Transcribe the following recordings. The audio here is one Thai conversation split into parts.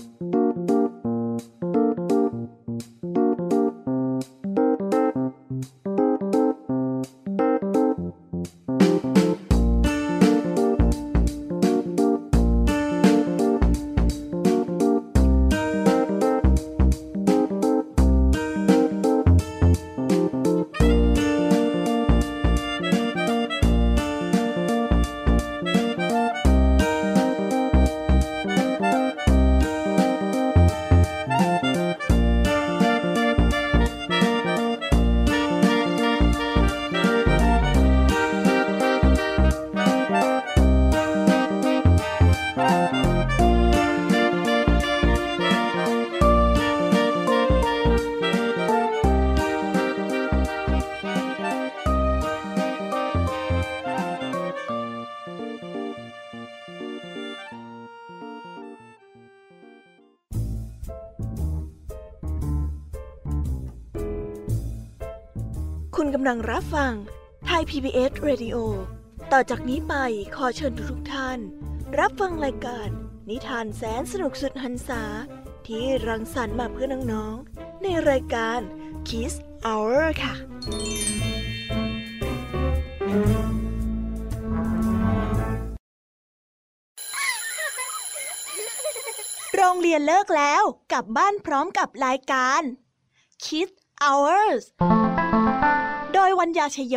คุณกำลังรับฟังไทย PBS Radio ต่อจากนี้ไปขอเชิญทุกท่านรับฟังรายการนิทานแสนสนุกสุดหรรษาที่รังสรรค์มาเพื่อน้องๆในรายการ Kids Hour ค่ะโรงเรียนเลิกแล้วกลับบ้านพร้อมกับรายการ Kids Hours โดยวัญญาชโย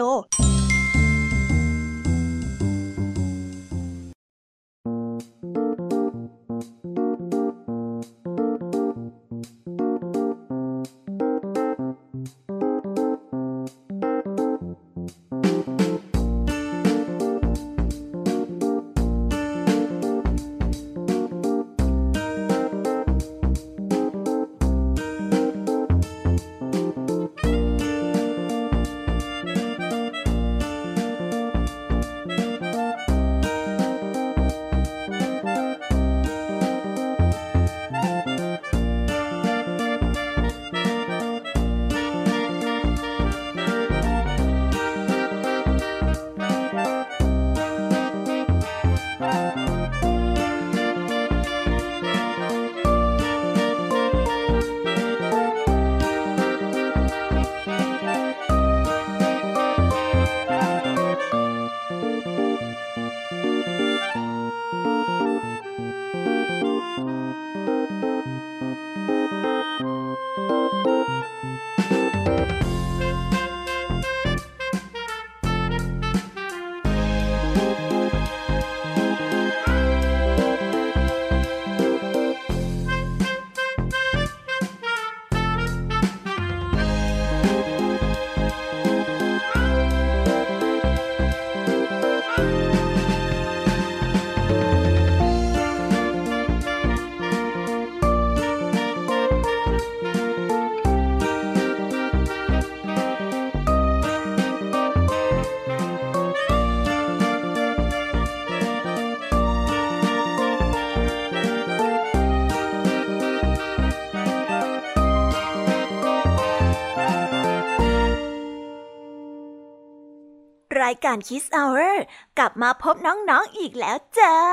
รายการ Kids Hour กลับมาพบน้องๆอีกแล้วจ้า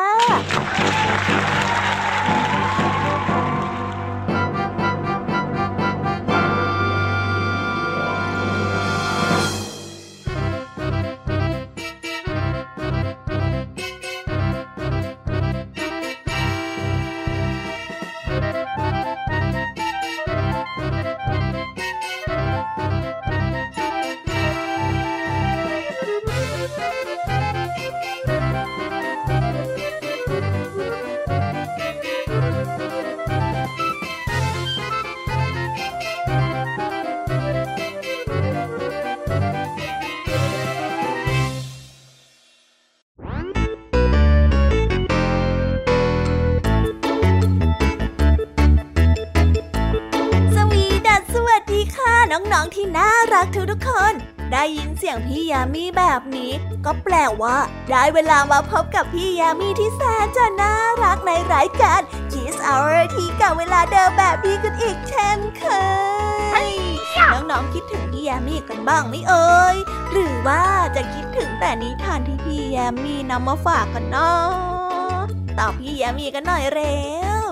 น้องๆที่น่ารักทุกคนได้ยินเสียงพี่ยามีแบบนี้ก็แปลว่าได้เวลามาพบกับพี่ยามีที่แสนจะน่ารักในรายการ Kids Hour ที่กับเวลาเดิมแบบนี้กันอีกเช่นเคยน้องๆคิดถึงพี่ยามีกันบ้างไหมเอ่ยหรือว่าจะคิดถึงแต่นิทานที่พี่ยามีนำมาฝากกันเนาะตอบพี่ยามีกันหน่อยเร็ว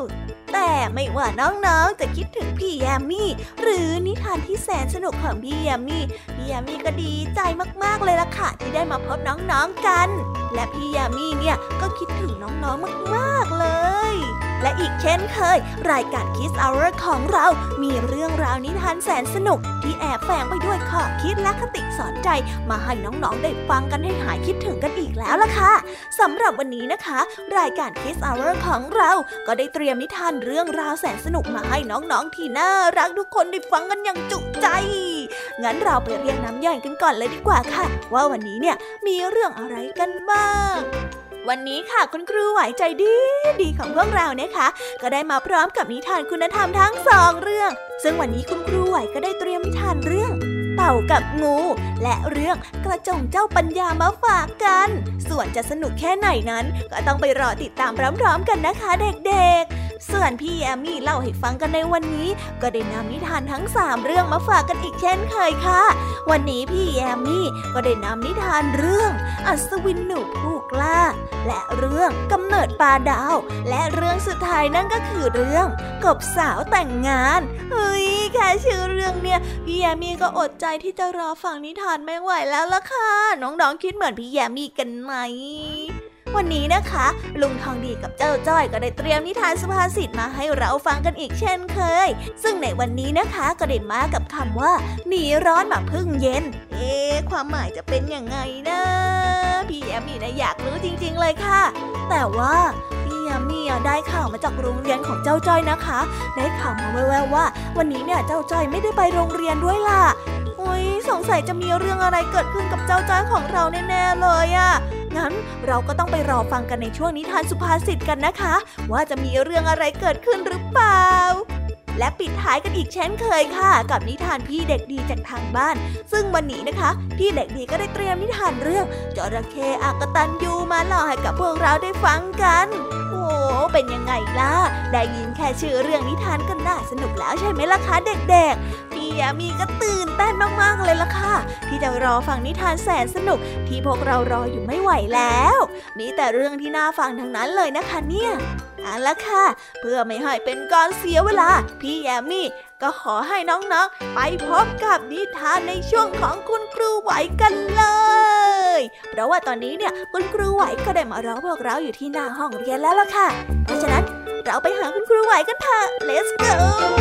แต่ไม่ว่าน้องๆจะคิดถึงพี่แยมมี่หรือนิทานที่แสนสนุกของพี่แยมมี่ก็ดีใจมากๆเลยล่ะค่ะที่ได้มาพบน้องๆกันและพี่แยมมี่เนี่ยก็คิดถึงน้องๆมากๆเลยและอีกเช่นเคยรายการ Kids Hour ของเรามีเรื่องราวนิทานแสนสนุกที่แอบแฝงไปด้วยข้อคิดและคติสอนใจมาให้น้องๆได้ฟังกันให้หายคิดถึงกันอีกแล้วล่ะค่ะสำหรับวันนี้นะคะรายการ Kids Hour ของเราก็ได้เตรียมนิทานเรื่องราวแสนสนุกมาให้น้องๆที่น่ารักทุกคนได้ฟังกันอย่างจุใจงั้นเราไปเรียงน้ำย่อยกันก่อนเลยดีกว่าค่ะว่าวันนี้เนี่ยมีเรื่องอะไรกันบ้างวันนี้ค่ะคุณครูไหวใจดีของพวกเรานะคะก็ได้มาพร้อมกับนิทานคุณธรรมทั้ง2เรื่องซึ่งวันนี้คุณครูไหวก็ได้เตรียมนิทานเรื่องเต่ากับงูและเรื่องกระจงเจ้าปัญญามาฝากกันส่วนจะสนุกแค่ไหนนั้นก็ต้องไปรอติดตามพร้อมๆกันนะคะเด็กๆส่วนพี่แอมมี่เล่าให้ฟังกันในวันนี้ก็ได้นำนิทานทั้ง3เรื่องมาฝากกันอีกเช่นเคยค่ะวันนี้พี่แอมมี่ก็ได้นำนิทานเรื่องอัศวินหนูผู้กล้าและเรื่องกำเนิดปลาดาวและเรื่องสุดท้ายนั่นก็คือเรื่องกบสาวแต่งงานเฮ้ยแค่ชื่อเรื่องเนี่ยพี่แอมมี่ก็อดใจที่จะรอฟังนิทานไม่ไหวแล้วล่ะค่ะน้องๆคิดเหมือนพี่แอมมี่กันไหมวันนี้นะคะลุงทองดีกับเจ้าจ้อยก็ได้เตรียมนิทานสุภาษิตมาให้เราฟังกันอีกเช่นเคยซึ่งในวันนี้นะคะก็ได้มากับคำว่าหนีร้อนมาพึ่งเย็นความหมายจะเป็นยังไงนะพี่แอมมี่นะอยากรู้จริงๆเลยค่ะแต่ว่าพี่แอมมี่ได้ข่าวมาจากโรงเรียนของเจ้าจ้อยนะคะได้ข่าวมาแว่วๆว่าวันนี้เนี่ยเจ้าจ้อยไม่ได้ไปโรงเรียนด้วยล่ะสงสัยจะมีเรื่องอะไรเกิดขึ้นกับเจ้าจ้อยของเราแน่ๆเลยอ่ะงั้นเราก็ต้องไปรอฟังกันในช่วงนิทานสุภาษิตกันนะคะว่าจะมีเรื่องอะไรเกิดขึ้นหรือเปล่าและปิดท้ายกันอีกเช่นเคยค่ะกับนิทานพี่เด็กดีจากทางบ้านซึ่งวันนี้นะคะพี่เด็กดีก็ได้เตรียมนิทานเรื่องจระเข้อกตัญญูมาเล่าให้กับพวกเราได้ฟังกันเป็นยังไงล่ะได้ยินแค่ชื่อเรื่องนิทานก็น่าสนุกแล้วใช่ไหมล่ะคะเด็กๆพี่ยามีก็ตื่นเต้นมากๆเลยล่ะค่ะที่จะรอฟังนิทานแสนสนุกที่พวกเรารออยู่ไม่ไหวแล้วมีแต่เรื่องที่น่าฟังทั้งนั้นเลยนะคะเนี่ยเอาละค่ะเพื่อไม่ให้เป็นการเสียเวลาพี่แยมมี่ก็ขอให้น้องๆไปพบกับนิทานในช่วงของคุณครูไหวกันเลยเพราะว่าตอนนี้เนี่ยคุณครูไหวก็ได้มารอพวกเราอยู่ที่หน้าห้องเรียนแล้วล่ะค่ะเพราะฉะนั้นเราไปหาคุณครูไหวกันเถอะ Let's go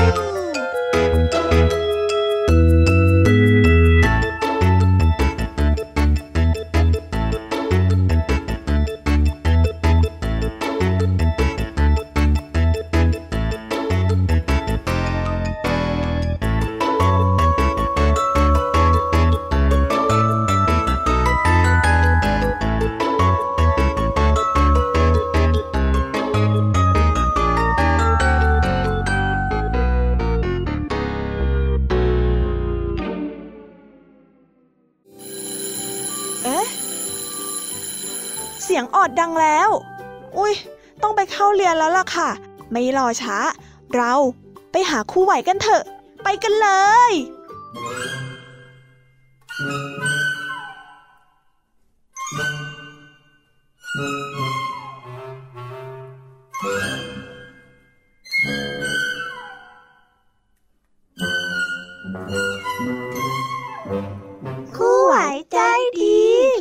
เสียงออดดังแล้วอุ๊ยต้องไปเข้าเรียนแล้วล่ะค่ะไม่รอช้าเราไปหาครูไหวกันเถอะไปกันเลยครูไหวใจดี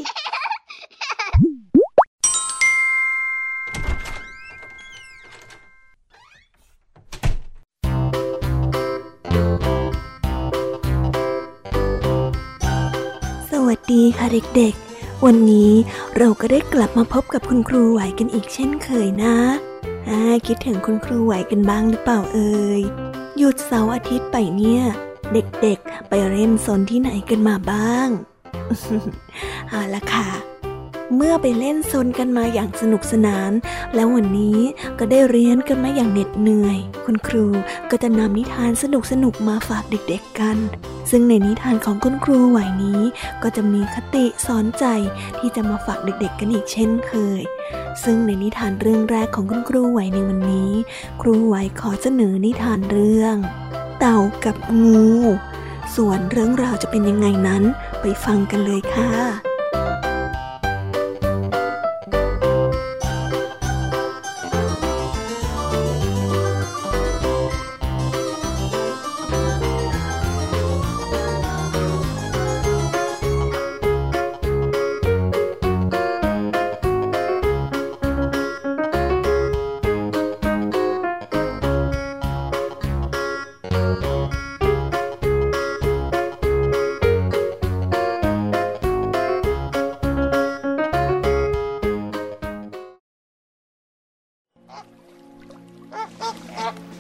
สวัสดีค่ะเด็กๆวันนี้เราก็ได้กลับมาพบกับคุณครูไหวกันอีกเช่นเคยนะคิดถึงคุณครูไหวกันบ้างหรือเปล่าเอ่ยหยุดเสาร์อาทิตย์ไปเนี่ยเด็กๆไปเล่นซนที่ไหนกันมาบ้าง เอาล่ะค่ะเมื่อไปเล่นซนกันมาอย่างสนุกสนานแล้ววันนี้ก็ได้เรียนกันมาอย่างเหน็ดเหนื่อยคุณครูก็จะนำนิทานสนุกๆมาฝากเด็กๆกันซึ่งในนิทานของคุณครูไหวนี้ก็จะมีคติสอนใจที่จะมาฝากเด็กๆกันอีกเช่นเคยซึ่งในนิทานเรื่องแรกของคุณครูไหวในวันนี้ครูไหวขอเสนอนิทานเรื่องเต่ากับงูส่วนเรื่องราวจะเป็นยังไงนั้นไปฟังกันเลยค่ะ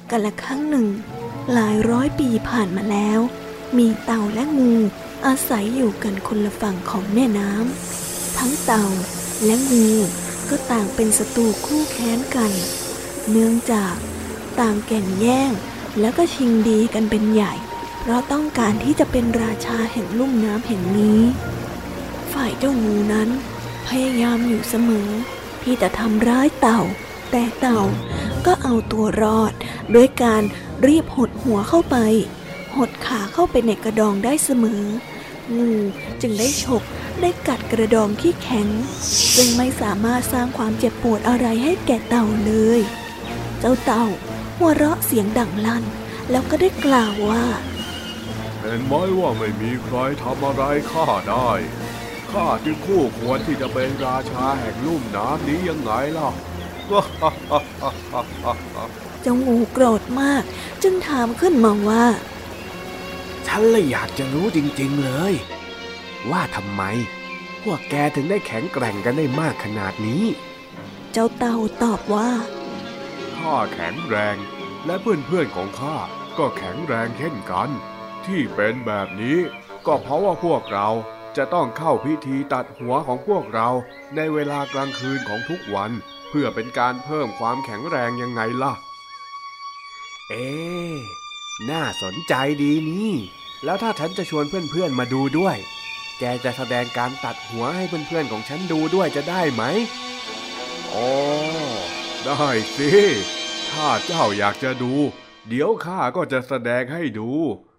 กาลครั้งหนึ่งหลายร้อยปีผ่านมาแล้วมีเต่าและงูอาศัยอยู่กันคนละฝั่งของแม่น้ำทั้งเต่าและงูก็ต่างเป็นศัตรูคู่แค้นกันเนื่องจากต่างแก่งแย่งแล้วก็ชิงดีกันเป็นใหญ่เพราะต้องการที่จะเป็นราชาแห่งลุ่มน้ำแห่งนี้ฝ่ายเจ้างูนั้นพยายามอยู่เสมอที่จะทำร้ายเต่าแต่เต่าก็เอาตัวรอดด้วยการรีบหดหัวเข้าไปหดขาเข้าไปในกระดองได้เสมองูจึงได้ฉกได้กัดกระดองที่แข็งซึ่งไม่สามารถสร้างความเจ็บปวดอะไรให้แก่เต่าเลยเจ้าเต่าหัวเราะเสียงดังลั่นแล้วก็ได้กล่าวว่าเห็นไหมว่าไม่มีใครทำอะไรข้าได้ข้าจึงคู่ควรที่จะเป็นราชาแห่งลุ่มน้ำนี้ยังไงล่ะเจ้างูโกรธมากจึงถามขึ้นมาว่าฉันเลยอยากจะรู้จริงๆเลยว่าทำไมพวกแกถึงได้แข็งแกร่งกันได้มากขนาดนี้เจ้าเต่าตอบว่าข้าแข็งแรงและเพื่อนๆของข้าก็แข็งแรงเช่นกันที่เป็นแบบนี้ก็เพราะว่าพวกเราจะต้องเข้าพิธีตัดหัวของพวกเราในเวลากลางคืนของทุกวันเพื่อเป็นการเพิ่มความแข็งแรงยังไงล่ะน่าสนใจดีนี่แล้วถ้าฉันจะชวนเพื่อนๆมาดูด้วยแกจะแสดงการตัดหัวให้เพื่อนๆของฉันดูด้วยจะได้ไหมอ๋อได้สิถ้าเจ้าอยากจะดูเดี๋ยวข้าก็จะแสดงให้ดู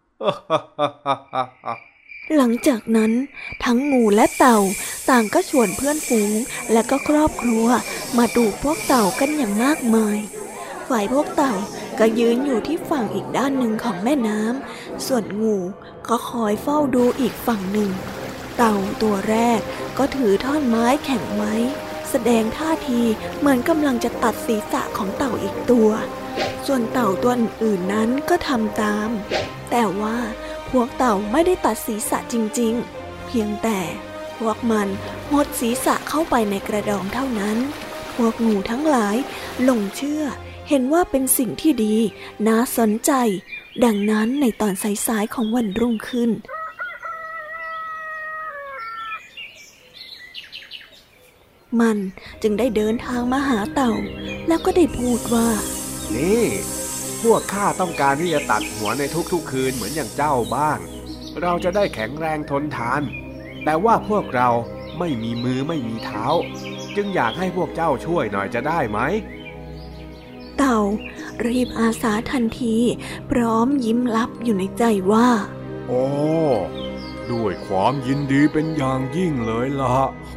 หลังจากนั้นทั้งงูและเต่าต่างก็ชวนเพื่อนฝูงและก็ครอบครัวมาดูพวกเต่ากันอย่างมากมายฝ่ายพวกเต่าก็ยืนอยู่ที่ฝั่งอีกด้านหนึ่งของแม่น้ำส่วนงูก็คอยเฝ้าดูอีกฝั่งหนึ่งเต่าตัวแรกก็ถือท่อนไม้แข็งไว้แสดงท่าทีเหมือนกำลังจะตัดศีรษะของเต่าอีกตัวส่วนเต่าตัวอื่นๆนั้นก็ทำตามแต่ว่าพวกเต่าไม่ได้ตัดศีรษะจริงๆเพียงแต่พวกมันหดศีรษะเข้าไปในกระดองเท่านั้นพวกงูทั้งหลายหลงเชื่อเห็นว่าเป็นสิ่งที่ดีน่าสนใจดังนั้นในตอนสายๆของวันรุ่งขึ้นมันจึงได้เดินทางมาหาเต่าแล้วก็ได้พูดว่านี่พวกข้าต้องการที่จะตัดหัวในทุกๆคืนเหมือนอย่างเจ้าบ้างเราจะได้แข็งแรงทนทานแต่ว่าพวกเราไม่มีมือไม่มีเท้าจึงอยากให้พวกเจ้าช่วยหน่อยจะได้ไหมเต่ารีบอาสาทันทีพร้อมยิ้มลับอยู่ในใจว่าโอ้ด้วยความยินดีเป็นอย่างยิ่งเลยล่ะ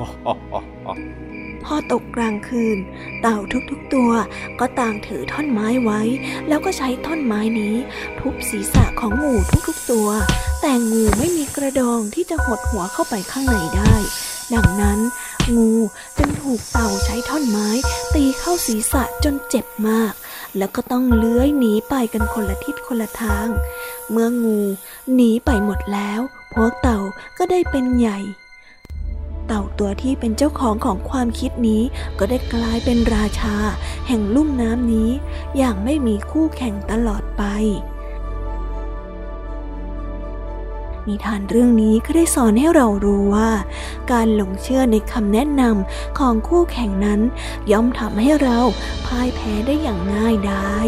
พอตกกลางคืนเต่าทุกๆตัวก็ต่างถือท่อนไม้ไว้แล้วก็ใช้ท่อนไม้นี้ทุบศีรษะของงูทุกๆตัวแต่งูไม่มีกระดองที่จะหดหัวเข้าไปข้างในได้ดังนั้นงูจึงถูกเต่าใช้ท่อนไม้ตีเข้าศีรษะจนเจ็บมากแล้วก็ต้องเลื้อยหนีไปกันคนละทิศคนละทางเมื่องูหนีไปหมดแล้วพวกเต่าก็ได้เป็นใหญ่เต่าตัวที่เป็นเจ้าของความคิดนี้ก็ได้กลายเป็นราชาแห่งลุ่มน้ำนี้อย่างไม่มีคู่แข่งตลอดไปนิทานเรื่องนี้ก็ได้สอนให้เรารู้ว่าการหลงเชื่อในคำแนะนำของคู่แข่งนั้นย่อมทำให้เราพ่ายแพ้ได้อย่างง่ายดาย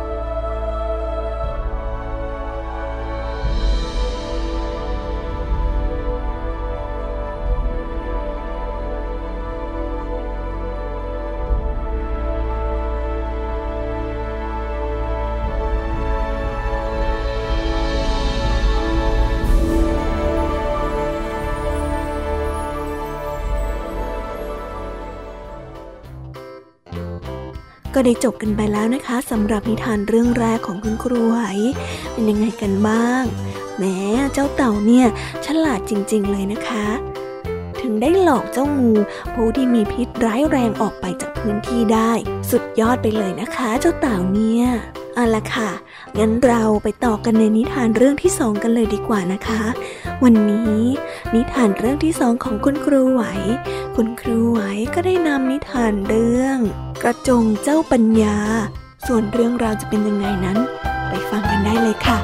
ก็ได้จบกันไปแล้วนะคะสำหรับนิทานเรื่องแรกของคุณครูไหวเป็นยังไงกันบ้างแหมเจ้าเต่าเนี่ยฉลาดจริงๆเลยนะคะถึงได้หลอกเจ้างูผู้ที่มีพิษร้ายแรงออกไปจากพื้นที่ได้สุดยอดไปเลยนะคะเจ้าเต่าเนี่ยเอาล่ะค่ะงั้นเราไปต่อกันในนิทานเรื่องที่2กันเลยดีกว่านะคะวันนี้นิทานเรื่องที่2ของคุณครูไหวคุณครูไหวก็ได้นำนิทานเรื่องกระจงเจ้าปัญญาส่วนเรื่องราวจะเป็นยังไงนั้นไปฟังกันได้เลยค่ะ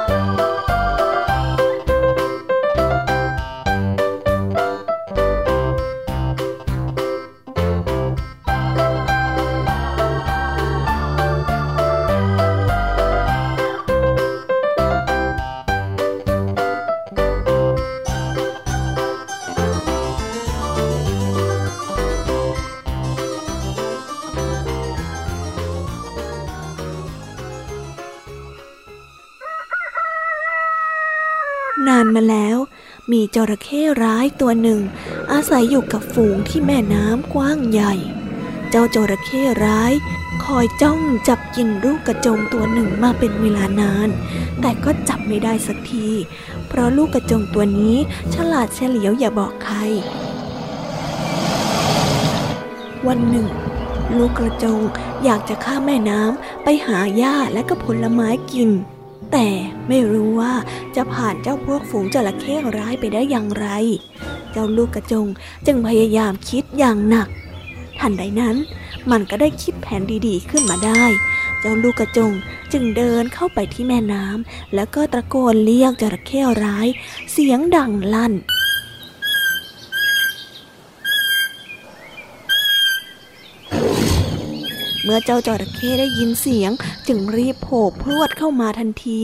นานมาแล้วมีจระเข้ร้ายตัวหนึ่งอาศัยอยู่กับฝูงที่แม่น้ำกว้างใหญ่เจ้าจระเข้ร้ายคอยจ้องจับกินลูกกระจงตัวหนึ่งมาเป็นเวลานานแต่ก็จับไม่ได้สักทีเพราะลูกกระจงตัวนี้ฉลาดเฉลียวอย่าบอกใครวันหนึ่งลูกกระจงอยากจะข้ามแม่น้ำไปหาหญ้าและก็ผลไม้กินแต่ไม่รู้ว่าจะผ่านเจ้าพวกฝูงจระเข้ร้ายไปได้อย่างไรเจ้าลูกกระจงจึงพยายามคิดอย่างหนักทันใดนั้นมันก็ได้คิดแผนดีๆขึ้นมาได้เจ้าลูกกระจงจึงเดินเข้าไปที่แม่น้ำแล้วก็ตะโกนเรียกจระเข้ร้ายเสียงดังลั่นเมื่อเจ้าจระเข้ได้ยินเสียงจึงรีบโผล่พรวดเข้ามาทันที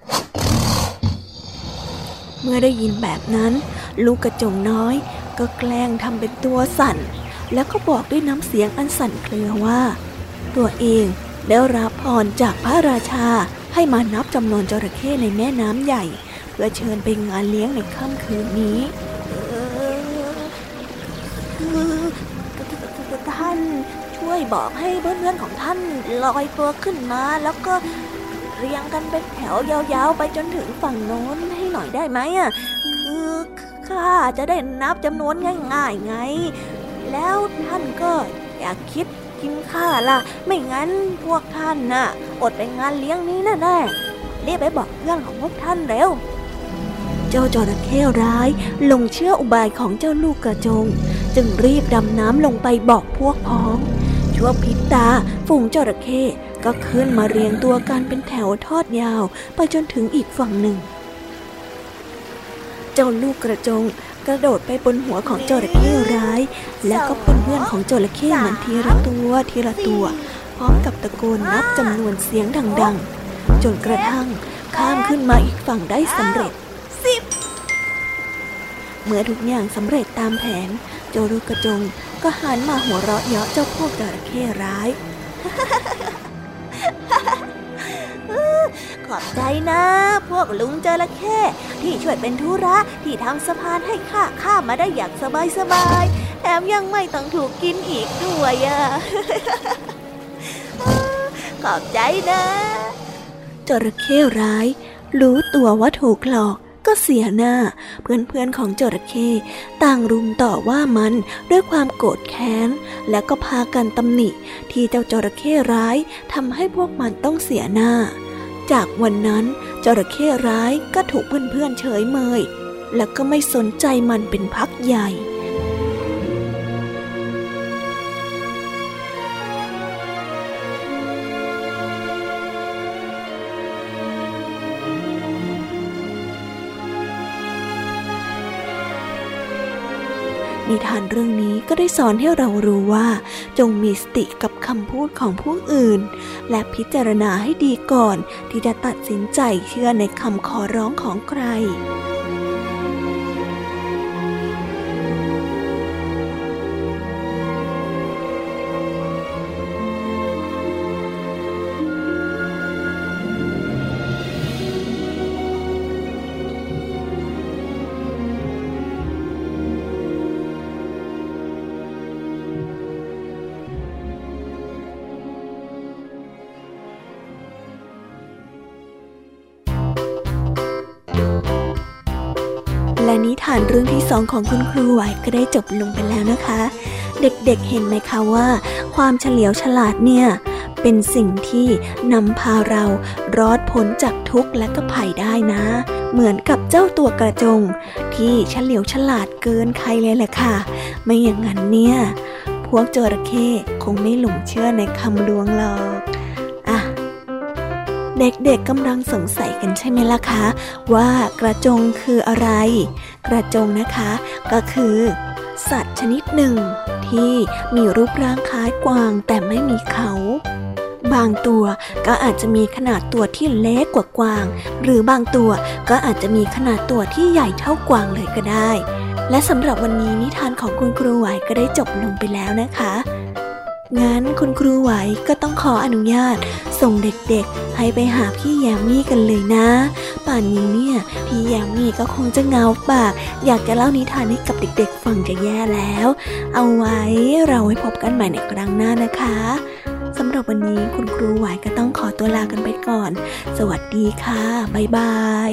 เมื่อได้ยินแบบนั้นลูกกระจงน้อยก็แกล้งทำเป็นตัวสั่นแล้วก็บอกด้วยน้ำเสียงอันสั่นเครือว่าตัวเองได้รับพรจากพระราชาให้มานับจำนวนจระเข้ในแม่น้ำใหญ่เพื่อเชิญไปงานเลี้ยงในค่ำคืนนี้ท่านช่วยบอกให้เพื่อนๆของท่านลอยตัวขึ้นมาแล้วก็เรียงกันเป็นแถวยาวๆไปจนถึงฝั่งโน้นให้หน่อยได้ไหมอ่ะคือข้าจะได้นับจำนวนง่ายๆไงแล้วท่านก็อย่าคิดกินข้าล่ะไม่งั้นพวกท่านน่ะอดไปงานเลี้ยงนี้แน่ๆรีบไปบอกเพื่อนของพวกท่านเร็วเจ้าจระเข้ร้ายหลงเชื่ออุบายของเจ้าลูกกระจงจึงรีบดำน้ำลงไปบอกพวกพ้องชั่วพริบตาฝูงจระเข้ก็ขึ้นมาเรียงตัวกันเป็นแถวทอดยาวไปจนถึงอีกฝั่งหนึ่งเจ้าลูกกระจงกระโดดไปบนหัวของจระเข้ร้ายแล้วก็เพื่อนๆของจระเข้มันทีละตัวทีละตัวพร้อมกับตะโกนนับจำนวนเสียงดังๆจนกระทั่งข้ามขึ้นมาอีกฝั่งได้สำเร็จเมื่อทุกอย่างสำเร็จตามแผนเจ้าลูกกระจงก็หันมาหัวเราะเยาะเจ้าพวกจระเข้ร้าย ขอบใจนะพวกลุงจระเข้ที่ช่วยเป็นธุระที่ทำสะพานให้ข้าข้ามมาได้อย่างสบายๆแถมยังไม่ต้องถูกกินอีกด้วยอ่ะ ขอบใจนะจระเข้ร้ายรู้ตัวว่าถูกหลอกก็เสียหน้าเพื่อนๆของจระเข้ต่างรุมต่อว่ามันด้วยความโกรธแค้นและก็พากันตำหนิที่เจ้าจระเข้ร้ายทำให้พวกมันต้องเสียหน้าจากวันนั้นจระเข้ร้ายก็ถูกเพื่อนๆเฉยเมยและก็ไม่สนใจมันเป็นพักใหญ่นิทานเรื่องนี้ก็ได้สอนให้เรารู้ว่าจงมีสติกับคำพูดของผู้อื่นและพิจารณาให้ดีก่อนที่จะตัดสินใจเชื่อในคำขอร้องของใคร และนิทานเรื่องที่สองของคุณครูไหวก็ได้จบลงไปแล้วนะคะเด็กๆ เห็นไหมคะว่าความเฉลียวฉลาดเนี่ยเป็นสิ่งที่นำพาเรารอดพ้นจากทุกข์และก็ภัยได้นะเหมือนกับเจ้าตัวกระจงที่เฉลียวฉลาดเกินใครเลยแหละค่ะไม่อย่างนั้นเนี่ยพวกจระเข้คงไม่หลงเชื่อในคำลวงหรอกเด็กๆกำลังสงสัยกันใช่ไหมล่ะคะว่ากระจงคืออะไร กระจงนะคะก็คือสัตว์ชนิดหนึ่งที่มีรูปร่างคล้ายกวางแต่ไม่มีเขาบางตัวก็อาจจะมีขนาดตัวที่เล็กกว่ากวางหรือบางตัวก็อาจจะมีขนาดตัวที่ใหญ่เท่ากวางเลยก็ได้และสำหรับวันนี้นิทานของคุณครูไหวก็ได้จบลงไปแล้วนะคะงั้นคุณครูไหวก็ต้องขออนุญาตส่งเด็กๆให้ไปหาพี่แยมมี่กันเลยนะป่านนี้เนี่ยพี่แยมมี่ก็คงจะเหงาปากอยากจะเล่านิทานให้กับเด็กๆฟังจะแย่แล้วเอาไว้เราไว้พบกันใหม่ในครั้งหน้านะคะสำหรับวันนี้คุณครูไหวก็ต้องขอตัวลากันไปก่อนสวัสดีค่ะบ๊ายบาย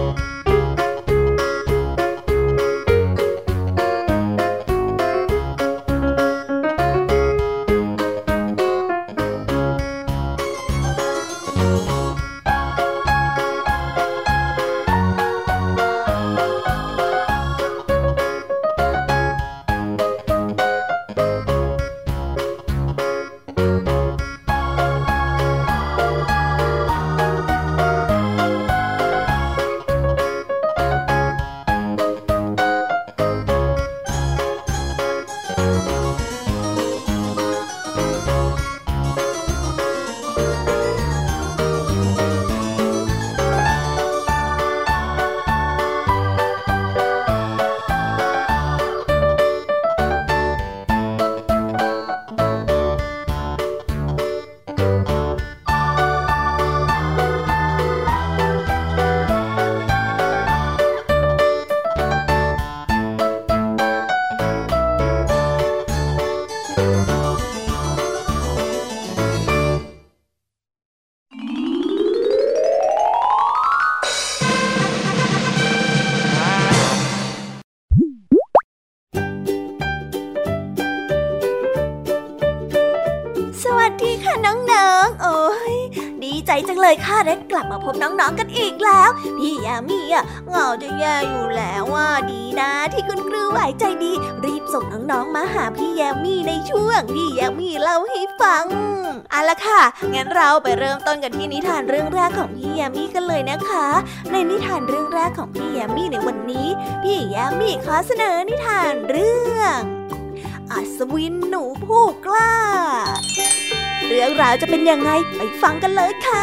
จังเลยค่ะได้กลับมาพบน้องๆกันอีกแล้วพี่ยามีเหงาจะแย่อยู่แล้วดีนะที่คุณครูไหวใจดีรีบส่งน้องๆมาหาพี่ยามีในช่วงพี่ยามีเล่าให้ฟังเอาล่ะค่ะงั้นเราไปเริ่มต้นกันที่นิทานเรื่องแรกของพี่ยามีกันเลยนะคะในนิทานเรื่องแรกของพี่ยามีในวันนี้พี่ยามีขอเสนอนิทานเรื่องอัศวินหนูผู้กล้าเรื่องราวจะเป็นยังไงไปฟังกันเลยค่ะ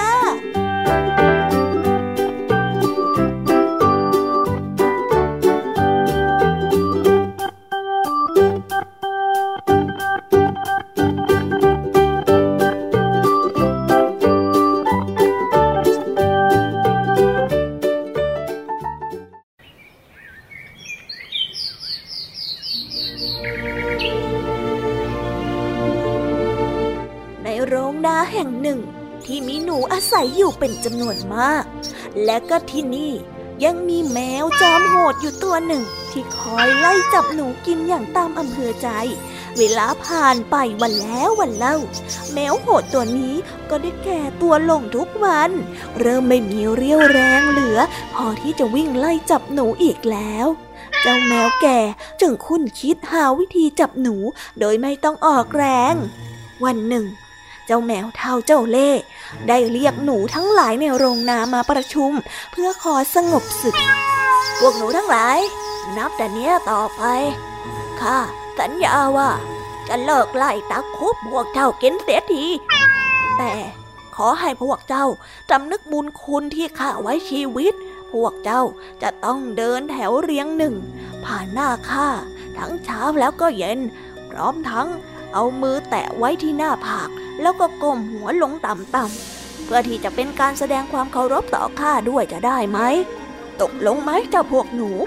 แห่งหนึ่งที่มีหนูอาศัยอยู่เป็นจำนวนมากและก็ที่นี่ยังมีแมวจอมโหดอยู่ตัวหนึ่งที่คอยไล่จับหนูกินอย่างตามอำเภอใจเวลาผ่านไปวันแล้ววันเล่าแมวโหดตัวนี้ก็ได้แก่ตัวลงทุกวันเริ่มไม่มีเรี่ยวแรงเหลือพอที่จะวิ่งไล่จับหนูอีกแล้วเจ้าแมวแก่จึงคุ้นคิดหาวิธีจับหนูโดยไม่ต้องออกแรงวันหนึ่งเจ้าแมวเฒ่าเจ้าเล่ห์ได้เรียกหนูทั้งหลายในโรงนามาประชุมเพื่อขอสงบศึกพวกหนูทั้งหลายนับแต่นี้ต่อไปข้าสัญญาว่าจะเลิกไล่ตะคุบพวกเจ้ากินเสียทีแต่ขอให้พวกเจ้าจำนึกบุญคุณที่ข้าไว้ชีวิตพวกเจ้าจะต้องเดินแถวเรียงหนึ่งผ่านหน้าข้าทั้งเช้าแล้วก็เย็นพร้อมทั้งเอามือแตะไว้ที่หน้าผากแล้วก็ก้มหัวลงต่ำๆเพื่อที่จะเป็นการแสดงความเคารพต่อข้าด้วยจะได้ไหมตกลงไหมเจ้าพวกหนู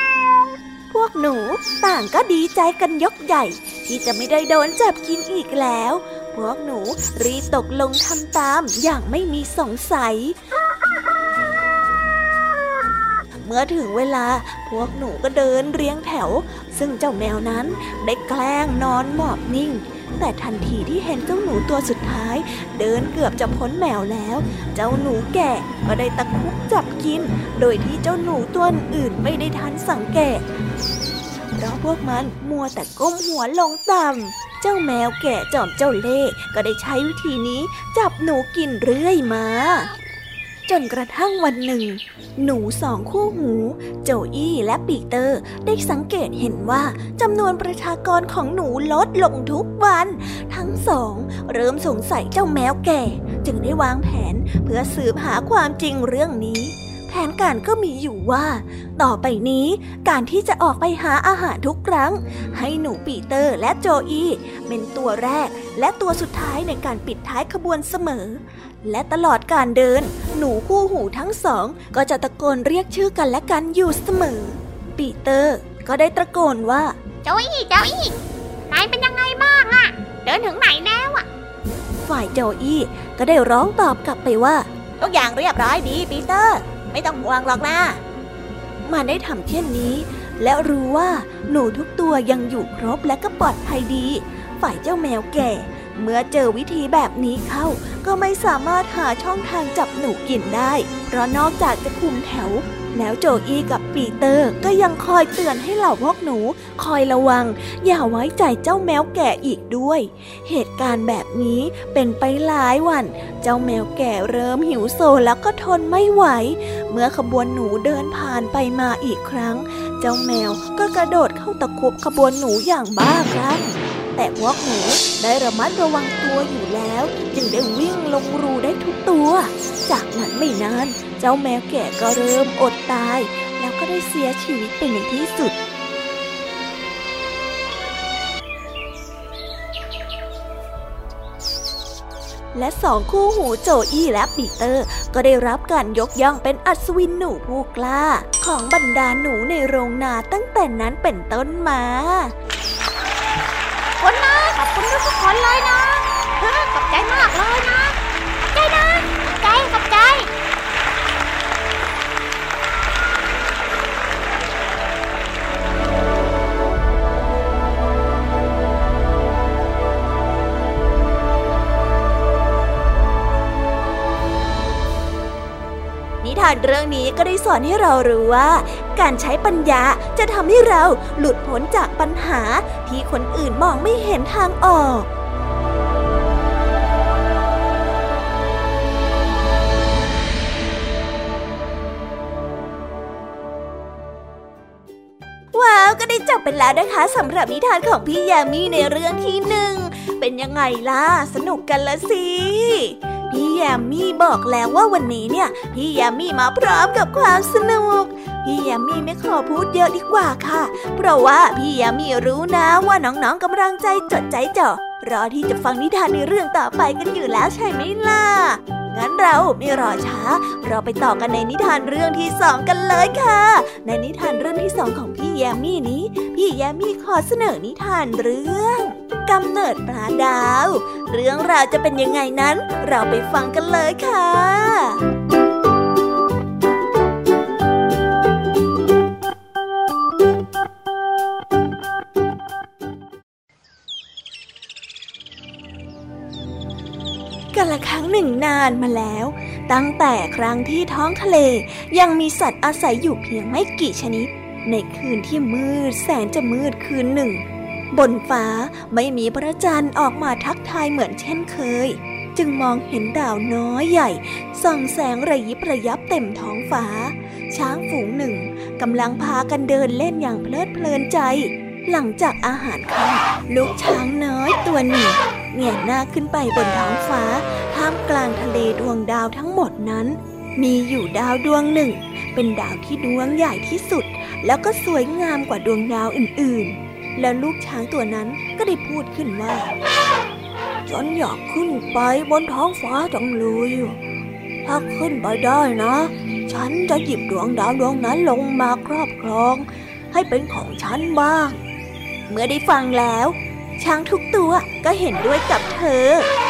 ต่างก็ดีใจกันยกใหญ่ที่จะไม่ได้โดนจับกินอีกแล้วพวกหนูรีบตกลงทำตามอย่างไม่มีสงสัยเมื่อถึงเวลาพวกหนูก็เดินเรียงแถวซึ่งเจ้าแมวนั้นได้แกล้งนอนหมอบนิ่งแต่ทันทีที่เห็นเจ้าหนูตัวสุดท้ายเดินเกือบจะพ้นแมวแล้วเจ้าหนูแก่ก็ได้ตะคุบจับกินโดยที่เจ้าหนูตัวอื่นไม่ได้ทันสังเกตเพราะพวกมันมัวแต่ก้มหัวลงต่ำเจ้าแมวแก่จอมเจ้าเล่ห์ก็ได้ใช้วิธีนี้จับหนูกินเรื่อยมาจนกระทั่งวันหนึ่งหนูสองคู่หูโจอี้และปีเตอร์ได้สังเกตเห็นว่าจำนวนประชากรของหนูลดลงทุกวันทั้งสองเริ่มสงสัยเจ้าแมวแก่จึงได้วางแผนเพื่อสืบหาความจริงเรื่องนี้แผนการก็มีอยู่ว่าต่อไปนี้การที่จะออกไปหาอาหารทุกครั้งให้หนูปีเตอร์และโจอี้เป็นตัวแรกและตัวสุดท้ายในการปิดท้ายขบวนเสมอและตลอดการเดินหนูคู่หูทั้งสองก็จะตะโกนเรียกชื่อกันและกันอยู่เสมอปีเตอร์ก็ได้ตะโกนว่าโจอี้นายเป็นยังไงบ้างอะเดินถึงไหนแล้วอะฝ่ายโจอี้ก็ได้ร้องตอบกลับไปว่าทุกอย่างเรียบร้อยดีปีเตอร์ไม่ต้องห่วงหรอกนะมันได้ทำเช่นนี้และรู้ว่าหนูทุกตัวยังอยู่ครบและก็ปลอดภัยดีฝ่ายเจ้าแมวแก่เมื่อเจอวิธีแบบนี้เข้าก็ไม่สามารถหาช่องทางจับหนูกินได้เพราะนอกจากจะคุมแถวแล้วโจอี้กับปีเตอร์ก็ยังคอยเตือนให้เหล่าพวกหนูคอยระวังอย่าไว้ใจเจ้าแมวแก่อีกด้วยเหตุการณ์แบบนี้เป็นไปหลายวันเจ้าแมวแก่เริ่มหิวโซแล้วก็ทนไม่ไหวเมื่อขบวนหนูเดินผ่านไปมาอีกครั้งเจ้าแมวก็กระโดดเข้าตะคุบขบวนหนูอย่างบ้าคลั่งแต่พวกหนูได้ระมัดระวังตัวอยู่แล้วจึงได้วิ่งลงรูได้ทุกตัวจากนั้นไม่นานเจ้าแมวแก่ก็เริ่มอดตายแล้วก็ได้เสียชีวิตไปในที่สุดและสองคู่หูโจอี้และปีเตอร์ก็ได้รับการยกย่องเป็นอัศวินหนูผู้กล้าของบรรดาหนูในโรงนาตั้งแต่นั้นเป็นต้นมาขอบคุณทุกคนเลยนะขอบใจมากเลยนะขอบใจนิทานเรื่องนี้ก็ได้สอนให้เรารู้ว่าการใช้ปัญญาจะทำให้เราหลุดพ้นจากปัญหาที่คนอื่นมองไม่เห็นทางออกว้าวก็ได้จบไปแล้วนะคะสำหรับนิทานของพี่ยามีในเรื่องที่หนึ่งเป็นยังไงล่ะสนุกกันละสิพี่ยามีบอกแล้วว่าวันนี้เนี่ยพี่ยามีมาพร้อมกับความสนุกพี่ยามีไม่ขอพูดเยอะดีกว่าค่ะเพราะว่าพี่ยามีรู้นะว่าน้องๆกำลังใจจดใจจ่อรอที่จะฟังนิทานในเรื่องต่อไปกันอยู่แล้วใช่ไหมล่ะงั้นเราไม่รอช้าเราไปต่อกันในนิทานเรื่องที่2กันเลยค่ะในนิทานเรื่องที่2ของพี่ยามีนี้พี่ยามีขอเสนอนิทานเรื่องกำเนิดปลาดาวเรื่องราวจะเป็นยังไงนั้นเราไปฟังกันเลยค่ะกาลครั้งหนึ่งนานมาแล้วตั้งแต่ครั้งที่ท้องทะเลยังมีสัตว์อาศัยอยู่เพียงไม่กี่ชนิดในคืนที่มืดแสนจะมืดคืนหนึ่งบนฟ้าไม่มีพระจันทร์ออกมาทักทายเหมือนเช่นเคยจึงมองเห็นดาวน้อยใหญ่ส่องแสงระยิบระยับเต็มท้องฟ้าช้างฝูงหนึ่งกำลังพากันเดินเล่นอย่างเพลิดเพลินใจหลังจากอาหารค่ำลูกช้างน้อยตัวหนึ่งเงยหน้าขึ้นไปบนท้องฟ้าท่ามกลางทะเลดวงดาวทั้งหมดนั้นมีอยู่ดาวดวงหนึ่งเป็นดาวที่ดวงใหญ่ที่สุดแล้วก็สวยงามกว่าดวงดาวอื่นๆแล้วลูกช้างตัวนั้นก็ได้พูดขึ้นว่าฉันอยากขึ้นไปบนท้องฟ้าจังเลยถ้าขึ้นไปได้นะฉันจะหยิบดวงดาวดวงนั้นลงมาครอบครองให้เป็นของฉันบ้างเมื่อได้ฟังแล้วช้างทุกตัวก็เห็นด้วยกับเธอ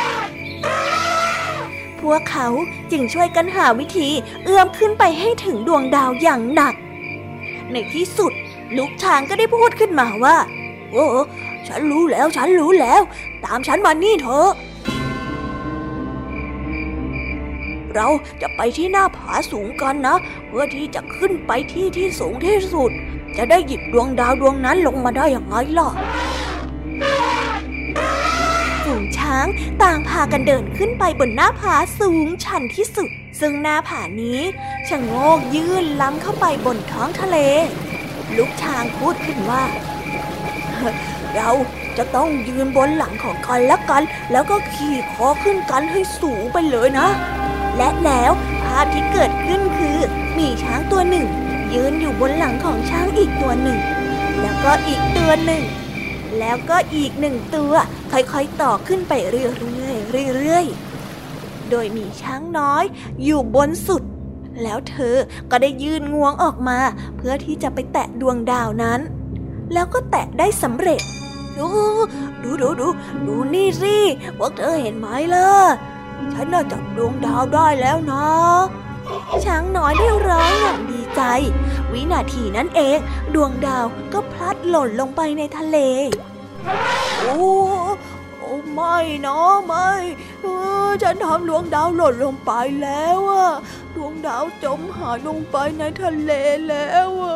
พวกเขาจึงช่วยกันหาวิธีเอื้อมขึ้นไปให้ถึงดวงดาวอย่างหนักในที่สุดลูกช้างก็ได้พูดขึ้นมาว่าโอ้ฉันรู้แล้วตามฉันมานี่เถอะเราจะไปที่หน้าผาสูงกันนะเพื่อที่จะขึ้นไปที่สูงที่สุดจะได้หยิบดวงดาวดวงนั้นลงมาได้อย่างไรล่ะฝูงช้างช้างต่างพากันเดินขึ้นไปบนหน้าผาสูงชันที่สุดซึ่งหน้าผานี้ชะโงกยื่นล้ำเข้าไปบนท้องทะเลลูกช้างพูดขึ้นว่าเราจะต้องยืนบนหลังของกันและกันแล้วก็ขี่คอขึ้นกันให้สูงไปเลยนะและแล้วภาพที่เกิดขึ้นคือมีช้างตัวหนึ่งยืนอยู่บนหลังของช้างอีกตัวหนึ่งแล้วก็อีกตัวหนึ่งแล้วก็อีกหนึ่งตัวค่อยๆต่อขึ้นไปเรื่อยๆโดยมีช้างน้อยอยู่บนสุดแล้วเธอก็ได้ยื่นงวงออกมาเพื่อที่จะไปแตะดวงดาวนั้นแล้วก็แตะได้สำเร็จดูนี่สิพวกเธอเห็นไหมล่ะฉันน่ะจับดวงดาวได้แล้วนะช้างน้อยได้ร้องอย่างดีใจวินาทีนั้นเองดวงดาวก็พลัดหล่นลงไปในทะเลโอ้ไม่นะไม่ฉันทำดวงดาวหล่นลงไปแล้วอะดวงดาวจมหายลงไปในทะเลแล้วอะ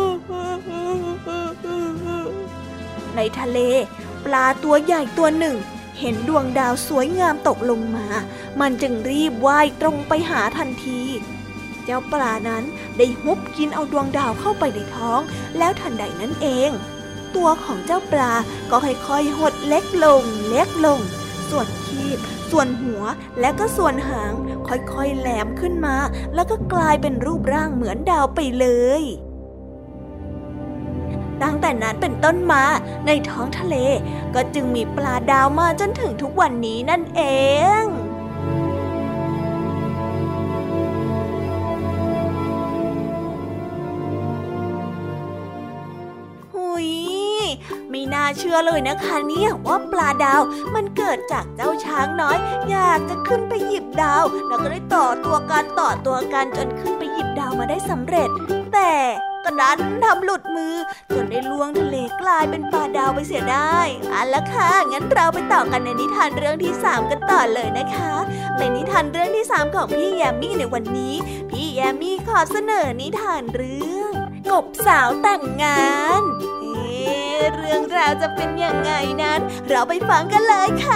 ในทะเลปลาตัวใหญ่ตัวหนึ่งเห็นดวงดาวสวยงามตกลงมามันจึงรีบว่ายตรงไปหาทันทีเจ้าปลานั้นได้ฮุบกินเอาดวงดาวเข้าไปในท้องแล้วทันใดนั้นเองตัวของเจ้าปลาก็ค่อยๆหดเล็กลงส่วนคีบส่วนหัวและก็ส่วนหางค่อยๆแหลมขึ้นมาแล้วก็กลายเป็นรูปร่างเหมือนดาวไปเลยตั้งแต่นั้นเป็นต้นมาในท้องทะเลก็จึงมีปลาดาวมาจนถึงทุกวันนี้นั่นเองไม่น่าเชื่อเลยนะคะเนี่ยว่าปลาดาวมันเกิดจากเจ้าช้างน้อยอยากจะขึ้นไปหยิบดาวแล้วก็ได้ต่อตัวกันจนขึ้นไปหยิบดาวมาได้สำเร็จแต่ก็ดันทำหลุดมือจนได้ล่วงทะเลกลายเป็นปลาดาวไปเสียได้เอาละค่ะงั้นเราไปต่อกันในนิทานเรื่องที่3กันต่อเลยนะคะในนิทานเรื่องที่3ของพี่แยมมี่ในวันนี้พี่แยมมี่ขอเสนอนิทานเรื่องกบสาวแต่งงานเรื่องราวจะเป็นยังไงนั้นเราไปฟังกันเลยค่ะ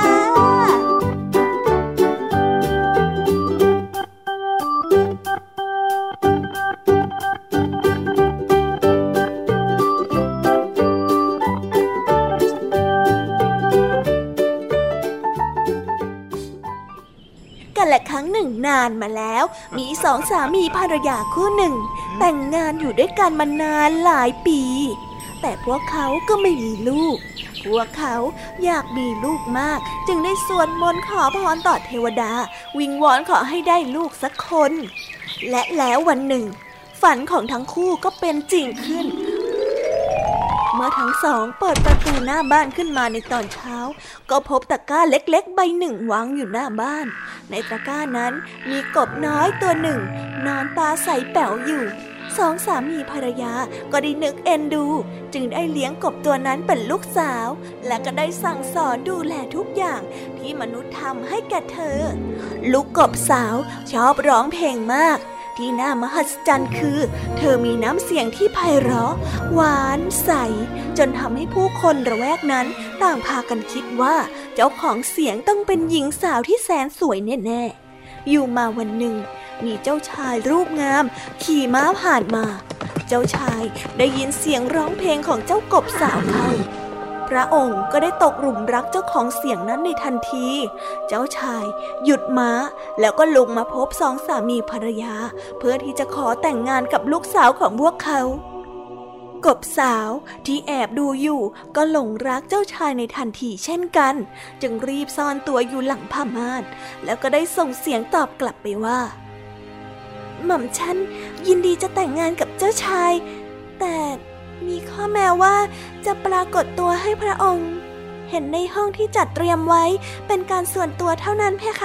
กันละครั้งหนึ่งนานมาแล้วมีสองสามีภรรยาคู่หนึ่งแต่งงานอยู่ด้วยกันมานานหลายปีแต่พวกเขาก็ไม่มีลูกพวกเขาอยากมีลูกมากจึงได้สวดมนต์ขอพรต่อเทวดาวิงวอนขอให้ได้ลูกสักคนและแล้ววันหนึ่งฝันของทั้งคู่ก็เป็นจริงขึ้นเมื่อทั้งสองเปิดประตูหน้าบ้านขึ้นมาในตอนเช้าก็พบตะกร้าเล็กๆใบหนึ่งวางอยู่หน้าบ้านในตะกร้านั้นมีกบน้อยตัวหนึ่งนอนตาใสแป๋วอยู่สองสามีภรรยาก็ได้นึกเอ็นดูจึงได้เลี้ยงกบตัวนั้นเป็นลูกสาวและก็ได้สั่งสอนดูแลทุกอย่างที่มนุษย์ทำให้แก่เธอลูกกบสาวชอบร้องเพลงมากที่น่ามหัศจรรย์คือเธอมีน้ำเสียงที่ไพเราะหวานใสจนทำให้ผู้คนระแวกนั้นต่างพากันคิดว่าเจ้าของเสียงต้องเป็นหญิงสาวที่แสนสวยแน่ๆอยู่มาวันหนึ่งมีเจ้าชายรูปงามขี่ม้าผ่านมาเจ้าชายได้ยินเสียงร้องเพลงของเจ้ากบสาวเข้าพระองค์ก็ได้ตกหลุมรักเจ้าของเสียงนั้นในทันทีเจ้าชายหยุดม้าแล้วก็ลงมาพบสองสามีภรรยาเพื่อที่จะขอแต่งงานกับลูกสาวของพวกเขากบสาวที่แอบดูอยู่ก็หลงรักเจ้าชายในทันทีเช่นกันจึงรีบซ่อนตัวอยู่หลังผ้าม่านแล้วก็ได้ส่งเสียงตอบกลับไปว่าหม่อมฉันยินดีจะแต่งงานกับเจ้าชายแต่มีข้อแม้ว่าจะปรากฏตัวให้พระองค์เห็นในห้องที่จัดเตรียมไว้เป็นการส่วนตัวเท่านั้นเพคะ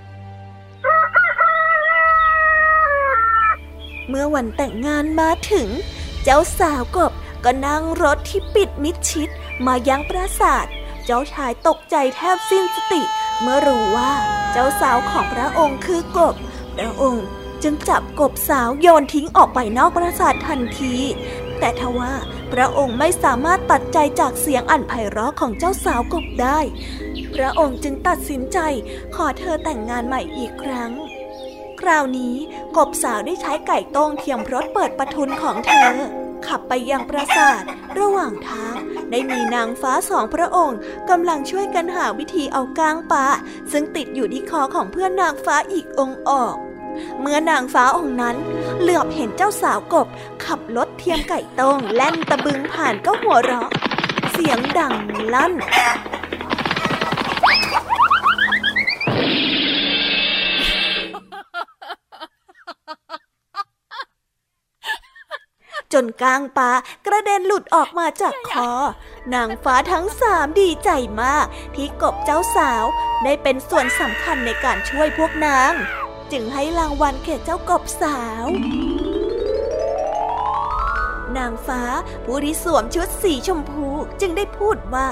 เมื่อวันแต่งงานมาถึงเจ้าสาวกบก็นั่งรถที่ปิดมิดชิดมายังปราสาทเจ้าชายตกใจแทบสิ้นสติเมื่อรู้ว่าเจ้าสาวของพระองค์คือกบพระองค์จึงจับกบสาวโยนทิ้งออกไปนอกปราสาททันทีแต่ทว่าพพระองค์ไม่สามารถตัดใจจากเสียงอันไพเราะของเจ้าสาวกบได้พระองค์จึงตัดสินใจขอเธอแต่งงานใหม่อีกครั้งคราวนี้กบสาวได้ใช้ไก่โต้งเทียมรถเปิดประทุนของเธอขับไปยังปราสาทระหว่างทางได้มีนางฟ้าสองพระองค์กำลังช่วยกันหาวิธีเอาก้างปลาซึ่งติดอยู่ที่คอของเพื่อนนางฟ้าอีกองค์ออกเมื่อนางฟ้าองค์นั้นเหลือบเห็นเจ้าสาวกบขับรถเทียมไก่โต้งแล่นตะบึงผ่านก็หัวเราะเสียงดังลั่นจนก้างปลากระเด็นหลุดออกมาจากคอนางฟ้าทั้ง3ดีใจมากที่กบเจ้าสาวได้เป็นส่วนสำคัญในการช่วยพวกนางจึงให้รางวัลแก่เจ้ากบสาวนางฟ้าผู้ที่สวมชุดสีชมพูจึงได้พูดว่า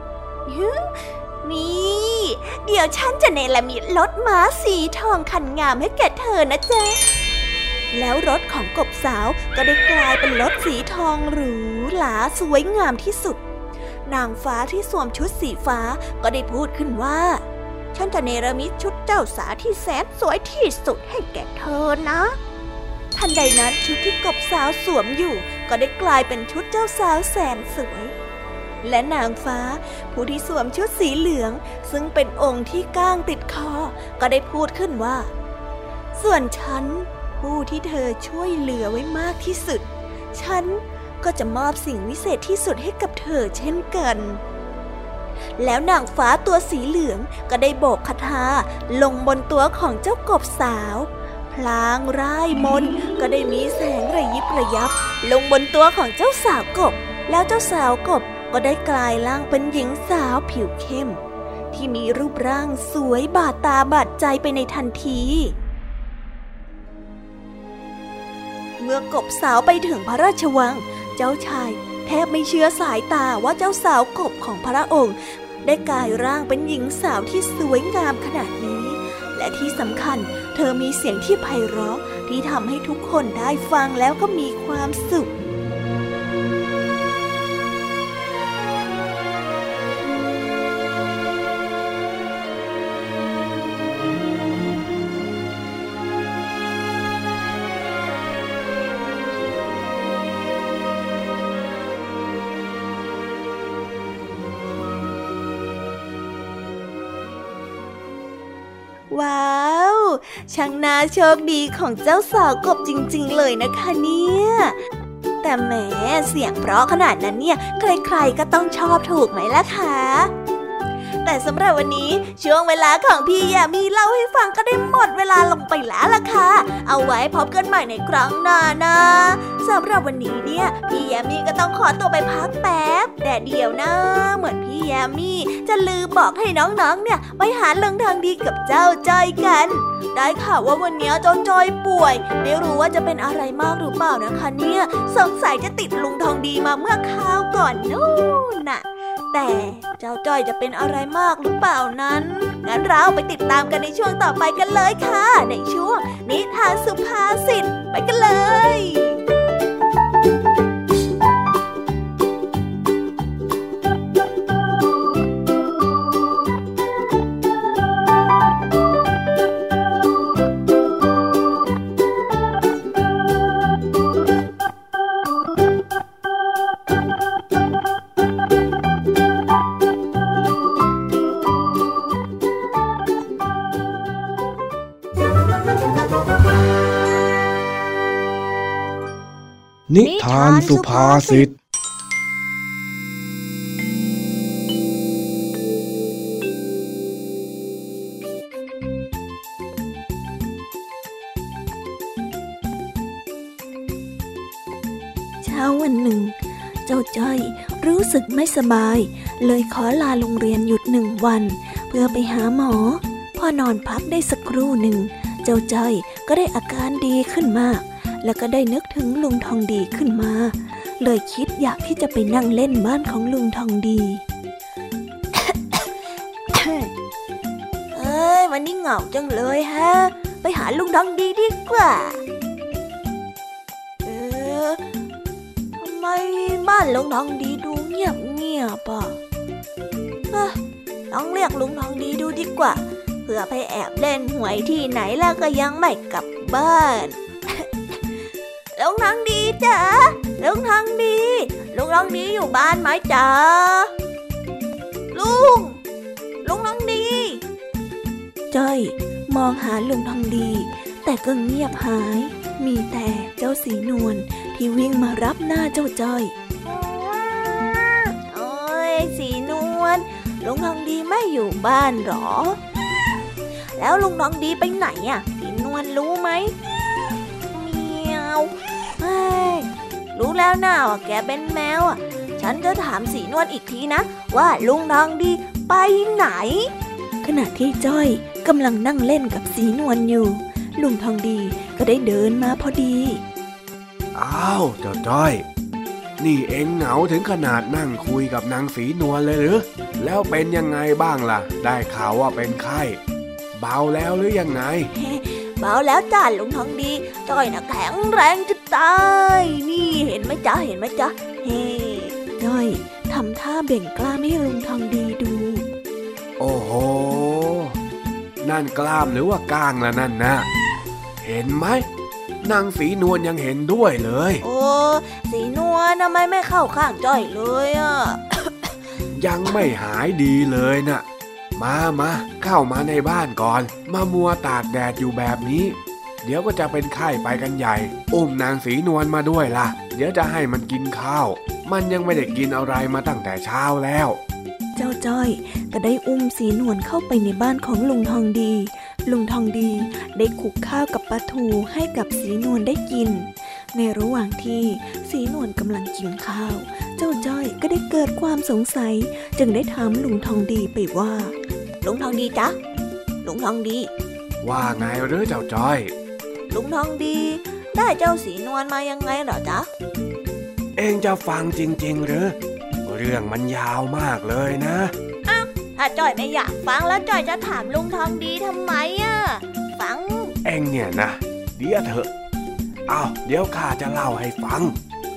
นี่เดี๋ยวฉันจะเนรมิตรถม้าสีทองคันงามให้แก่เธอนะจ๊ะแล้วรถของกบสาวก็ได้กลายเป็นรถสีทองหรูหราสวยงามที่สุดนางฟ้าที่สวมชุดสีฟ้าก็ได้พูดขึ้นว่าฉันจะเนรมิตชุดเจ้าสาวที่แสนสวยที่สุดให้แก่เธอนะทันใดนั้นชุดที่กบสาวสวมอยู่ก็ได้กลายเป็นชุดเจ้าสาวแสนสวยและนางฟ้าผู้ที่สวมชุดสีเหลืองซึ่งเป็นองค์ที่ก้างติดคอก็ได้พูดขึ้นว่าส่วนฉันผู้ที่เธอช่วยเหลือไว้มากที่สุดฉันก็จะมอบสิ่งวิเศษที่สุดให้กับเธอเช่นกันแล้วนางฟ้าตัวสีเหลืองก็ได้โบกคาถาลงบนตัวของเจ้ากบสาวพลางร่ายมนต์ก็ได้มีแสงระยิบระยับลงบนตัวของเจ้าสาวกบแล้วเจ้าสาวกบก็ได้กลายร่างเป็นหญิงสาวผิวเข้มที่มีรูปร่างสวยบาดตาบาดใจไปในทันทีเมื่อกบสาวไปถึงพระราชวังเจ้าชายแทบไม่เชื่อสายตาว่าเจ้าสาวกบของพระองค์ได้กลายร่างเป็นหญิงสาวที่สวยงามขนาดนี้และที่สำคัญเธอมีเสียงที่ไพเราะที่ทำให้ทุกคนได้ฟังแล้วก็มีความสุขว้าวช่างน่าโชคดีของเจ้าสาวกบจริงๆเลยนะคะเนี่ยแต่แหมเสียงเพราะขนาดนั้นเนี่ยใครๆก็ต้องชอบถูกไหมล่ะคะแต่สำหรับวันนี้ช่วงเวลาของพี่ยามีเล่าให้ฟังก็ได้หมดเวลาลงไปแล้วล่ะค่ะเอาไว้พบกันใหม่ในครั้งหน้านะสำหรับวันนี้เนี่ยพี่ยามีก็ต้องขอตัวไปพักแป๊บแต่เดี๋ยวนะเหมือนพี่ยามีจะลืมบอกให้น้องๆเนี่ยไปหาลุงทองดีกับเจ้าจ้อยกันได้ข่าวว่าวันนี้เจ้าจ้อยป่วยไม่รู้ว่าจะเป็นอะไรมากหรือเปล่านะคะเนี่ยสงสัยจะติดลุงทองดีมาเมื่อคราวก่อนนู่นน่ะแต่เจ้าจ้อยจะเป็นอะไรมากหรือเปล่านั้นงั้นเราไปติดตามกันในช่วงต่อไปกันเลยค่ะในช่วงนิทานสุภาษิตไปกันเลยนิทานสุภาษิตเช้าวันหนึ่งเจ้าจ้อยรู้สึกไม่สบายเลยขอลาโรงเรียนหยุด1 วันเพื่อไปหาหมอพอนอนพักได้สักครู่หนึ่งเจ้าจ้อยก็ได้อาการดีขึ้นมากแล้วก็ได้นึกถึงลุงทองดีขึ้นมาเลยคิดอยากที่จะไปนั่งเล่นบ้านของลุงทองดี วันนี้เหงาจังเลยฮะไปหาลุงทองดีดีกว่าทำไมบ้านานลุงทองดีดูเงียบอ่ะลองเรียกลุงทองดีดูดีกว่าเผื่อไปแอบเล่นหวยที่ไหนแล้วก็ยังไม่กลับบ้าน ลุงทองดีจ๋าลุงทองดีอยู่บ้านไหมจ๋าลุงทองดีจ้อยมองหาลุงทองดีแต่ก็เงียบหายมีแต่เจ้าสีนวลที่วิ่งมารับหน้าเจ้าจ้อยโอ้ยสีนวลลุงทองดีไม่อยู่บ้านหรอแล้วลุงทองดีไปไหนอ่ะสีนวลรู้ไหมเมียวเฮ้ยรู้แล้วนะว่าแกเป็นแมวอ่ะฉันจะถามสีนวลอีกทีนะว่าลุงทองดีไปไหนขณะที่จ้อยกำลังนั่งเล่นกับสีนวลอยู่ลุงทองดีก็ได้เดินมาพอดีอ้าวเจ้าจ้อยนี่เอ็งเหงาถึงขนาดนั่งคุยกับนางสีนวลเลยหรือแล้วเป็นยังไงบ้างล่ะได้ข่าวว่าเป็นไข้เบาแล้วหรือยังไงเบาแล้วจ้าลุงทองดีจ้อยน่ะแข็งแรงจะตายนี่เห็นไหมจ๊ะเฮ้จ้อยทำท่าเบ่งกล้ามให้ลุงทองดีดูโอ้โหนั่นกล้ามหรือว่าก้างล่ะนั่นนะเห็นไหมนางสีนวลยังเห็นด้วยเลยโอ้สีนวลทำไมไม่เข้าข้างจ้อยเลยอ่ะยังไม่หายดีเลยน่ะมาเข้ามาในบ้านก่อนมามัวตากแดดอยู่แบบนี้เดี๋ยวก็จะเป็นไข้ไปกันใหญ่อุ้มนางสีนวลมาด้วยล่ะเดี๋ยวจะให้มันกินข้าวมันยังไม่ได้กินอะไรมาตั้งแต่เช้าแล้วเจ้าจ้อยก็ได้อุ้มสีนวลเข้าไปในบ้านของลุงทองดีลุงทองดีได้คลุกข้าวกับปลาทูให้กับสีนวลได้กินในระหว่างที่สีนวลกำลังกินข้าวเจ้าจ้อยก็ได้เกิดความสงสัยจึงได้ถามลุงทองดีไปว่าลุงทองดีจ๊ะลุงทองดีว่าไงหรือเจ้าจ้อยลุงทองดีได้เจ้าสีนวลมายังไงเหรอจ๊ะเอ็งจะฟังจริงๆหรือเรื่องมันยาวมากเลยนะอ้าวถ้าจ้อยไม่อยากฟังแล้วจ้อยจะถามลุงทองดีทำไมอ่ะฟังเอ็งเนี่ยนะเดี๋ยวเถอะเดี๋ยวข้าจะเล่าให้ฟัง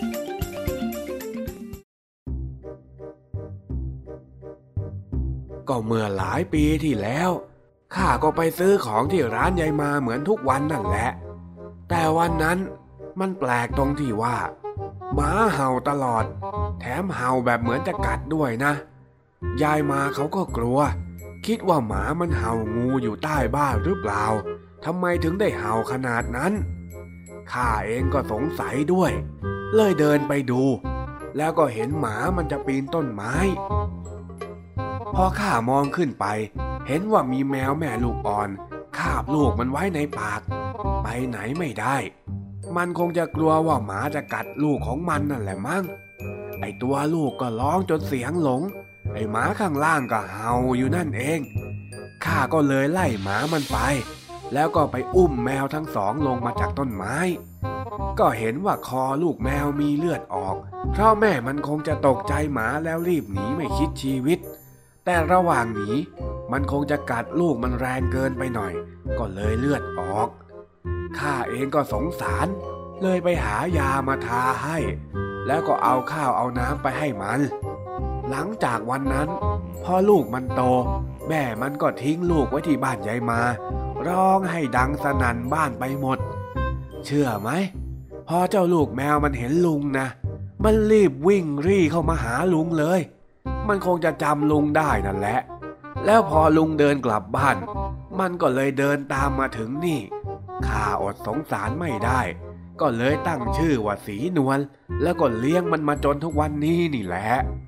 ก็เมื่อหลายปีที่แล้วข้าก็ไปซื้อของที่ร้านยายมาเหมือนทุกวันนั่นแหละแต่วันนั้นมันแปลกตรงที่ว่าหมาเห่าตลอดแถมเห่าแบบเหมือนจะกัดด้วยนะยายมาเขาก็กลัวคิดว่าหมามันเห่างูอยู่ใต้บ้านหรือเปล่าทำไมถึงได้เห่าขนาดนั้นข้าเองก็สงสัยด้วยเลยเดินไปดูแล้วก็เห็นหมามันจะปีนต้นไม้พอข้ามองขึ้นไปเห็นว่ามีแมวแม่ลูกอ่อนคาบลูกมันไว้ในปากไปไหนไม่ได้มันคงจะกลัวว่าหมาจะกัดลูกของมันนั่นแหละมั้งไอตัวลูกก็ร้องจนเสียงหลงไอหมาข้างล่างก็เห่าอยู่นั่นเองข้าก็เลยไล่หมามันไปแล้วก็ไปอุ้มแมวทั้งสองลงมาจากต้นไม้ก็เห็นว่าคอลูกแมวมีเลือดออกเพราะแม่มันคงจะตกใจหมาแล้วรีบหนีไม่คิดชีวิตแต่ระหว่างหนีมันคงจะกัดลูกมันแรงเกินไปหน่อยก็เลยเลือดออกข้าเองก็สงสารเลยไปหายามาทาให้แล้วก็เอาข้าวเอาน้ำไปให้มันหลังจากวันนั้นพอลูกมันโตแม่มันก็ทิ้งลูกไว้ที่บ้านยายมาร้องให้ดังสนั่นบ้านไปหมดเชื่อไหมพอเจ้าลูกแมวมันเห็นลุงนะมันรีบวิ่งรี่เข้ามาหาลุงเลยมันคงจะจำลุงได้นั่นแหละแล้วพอลุงเดินกลับบ้านมันก็เลยเดินตามมาถึงนี่ข้าอดสงสารไม่ได้ก็เลยตั้งชื่อว่าสีนวลแล้วก็เลี้ยงมันมาจนทุกวันนี้นี่แหละ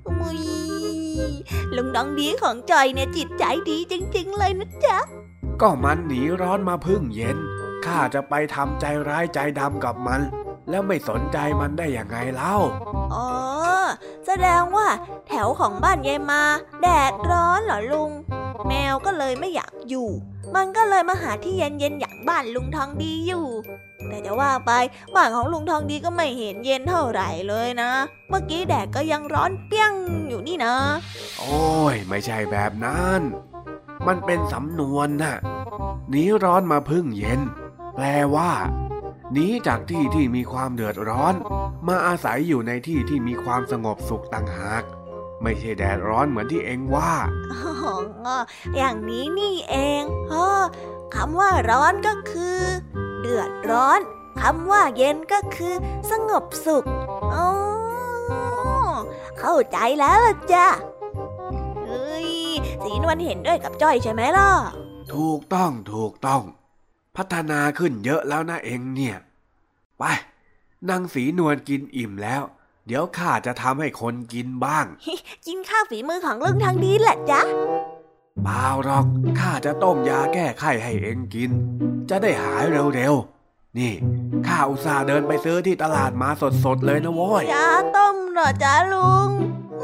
ลุงทองดีของจอยเนี่ยจิตใจดีจริงๆเลยนะจ๊ะก็มันหนีร้อนมาพึ่งเย็นข้าจะไปทำใจร้ายใจดำกับมันแล้วไม่สนใจมันได้ยังไงเล่าอ๋อแสดงว่าแถวของบ้านยายมาแดดร้อนเหรอลุงแมวก็เลยไม่อยากอยู่มันก็เลยมาหาที่เย็นๆอย่างบ้านลุงทองดีอยู่แต่จะว่าไปบ้านของลุงทองดีก็ไม่เห็นเย็นเท่าไหร่เลยนะเมื่อกี้แดดก็ยังร้อนเปี้ยงอยู่นี่นะโอ้ยไม่ใช่แบบนั้นมันเป็นสำนวนน่ะหนีร้อนมาพึ่งเย็นแปลว่าหนีจากที่ที่มีความเดือดร้อนมาอาศัยอยู่ในที่ที่มีความสงบสุขต่างหากไม่ใช่แดดร้อนเหมือนที่เอ็งว่าอ๋ออย่างนี้นี่เองคำว่าร้อนก็คือเดือดร้อนคำว่าเย็นก็คือสงบสุขอ๋อเข้าใจแล้วล่ะจ้ะสีนวลเห็นด้วยกับจ้อยใช่ไหมล่ะถูกต้องพัฒนาขึ้นเยอะแล้วนะเอ็งเนี่ยไปนางสีนวลกินอิ่มแล้วเดี๋ยวข้าจะทำให้คนกินบ้างกินข้าวฝีมือของลุงทางดีแหละจ๊ะเปล่าหรอกข้าจะต้มยาแก้ไข้ให้เอ็งกินจะได้หายเร็วๆนี่ข้าอุตส่าห์เดินไปซื้อที่ตลาดมาสดๆเลยนะโว้ยยาต้มเหรอจ๊ะลุง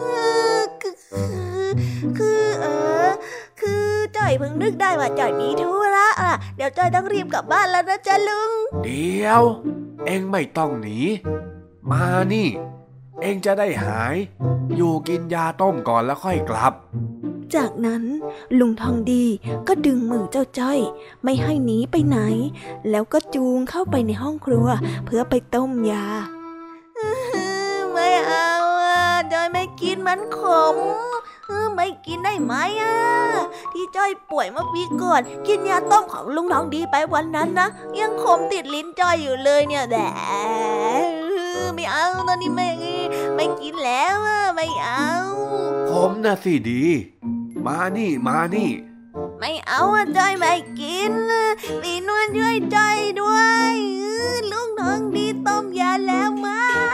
คือจ้อยเพิ่งนึกได้ว่าจ้อยมีธุระเดี๋ยวจ้อยต้องรีบกลับบ้านแล้วนะจ๊ะลุงเดี๋ยวเอ็งไม่ต้องหนีมานี่เอ็งจะได้หายอยู่กินยาต้มก่อนแล้วค่อยกลับจากนั้นลุงทองดีก็ดึงมือเจ้าจ้อยไม่ให้หนีไปไหนแล้วก็จูงเข้าไปในห้องครัวเพื่อไปต้มยาไม่เอาจ้อยไม่กินมันขมไม่กินได้ไหมที่จ้อยป่วยเมื่อปีก่อนกินยาต้มของลุงทองดีไปวันนั้นนะยังขมติดลิ้นจ้อยอยู่เลยเนี่ยแหละไม่เอาตอนนี้ไม่กินแล้วไม่เอาขมนะสิดีมานี่ไม่เอาจ้อยไม่กินสีนวลช่วยจ้อยด้วยลุงทองดีต้มยาแล้วไหม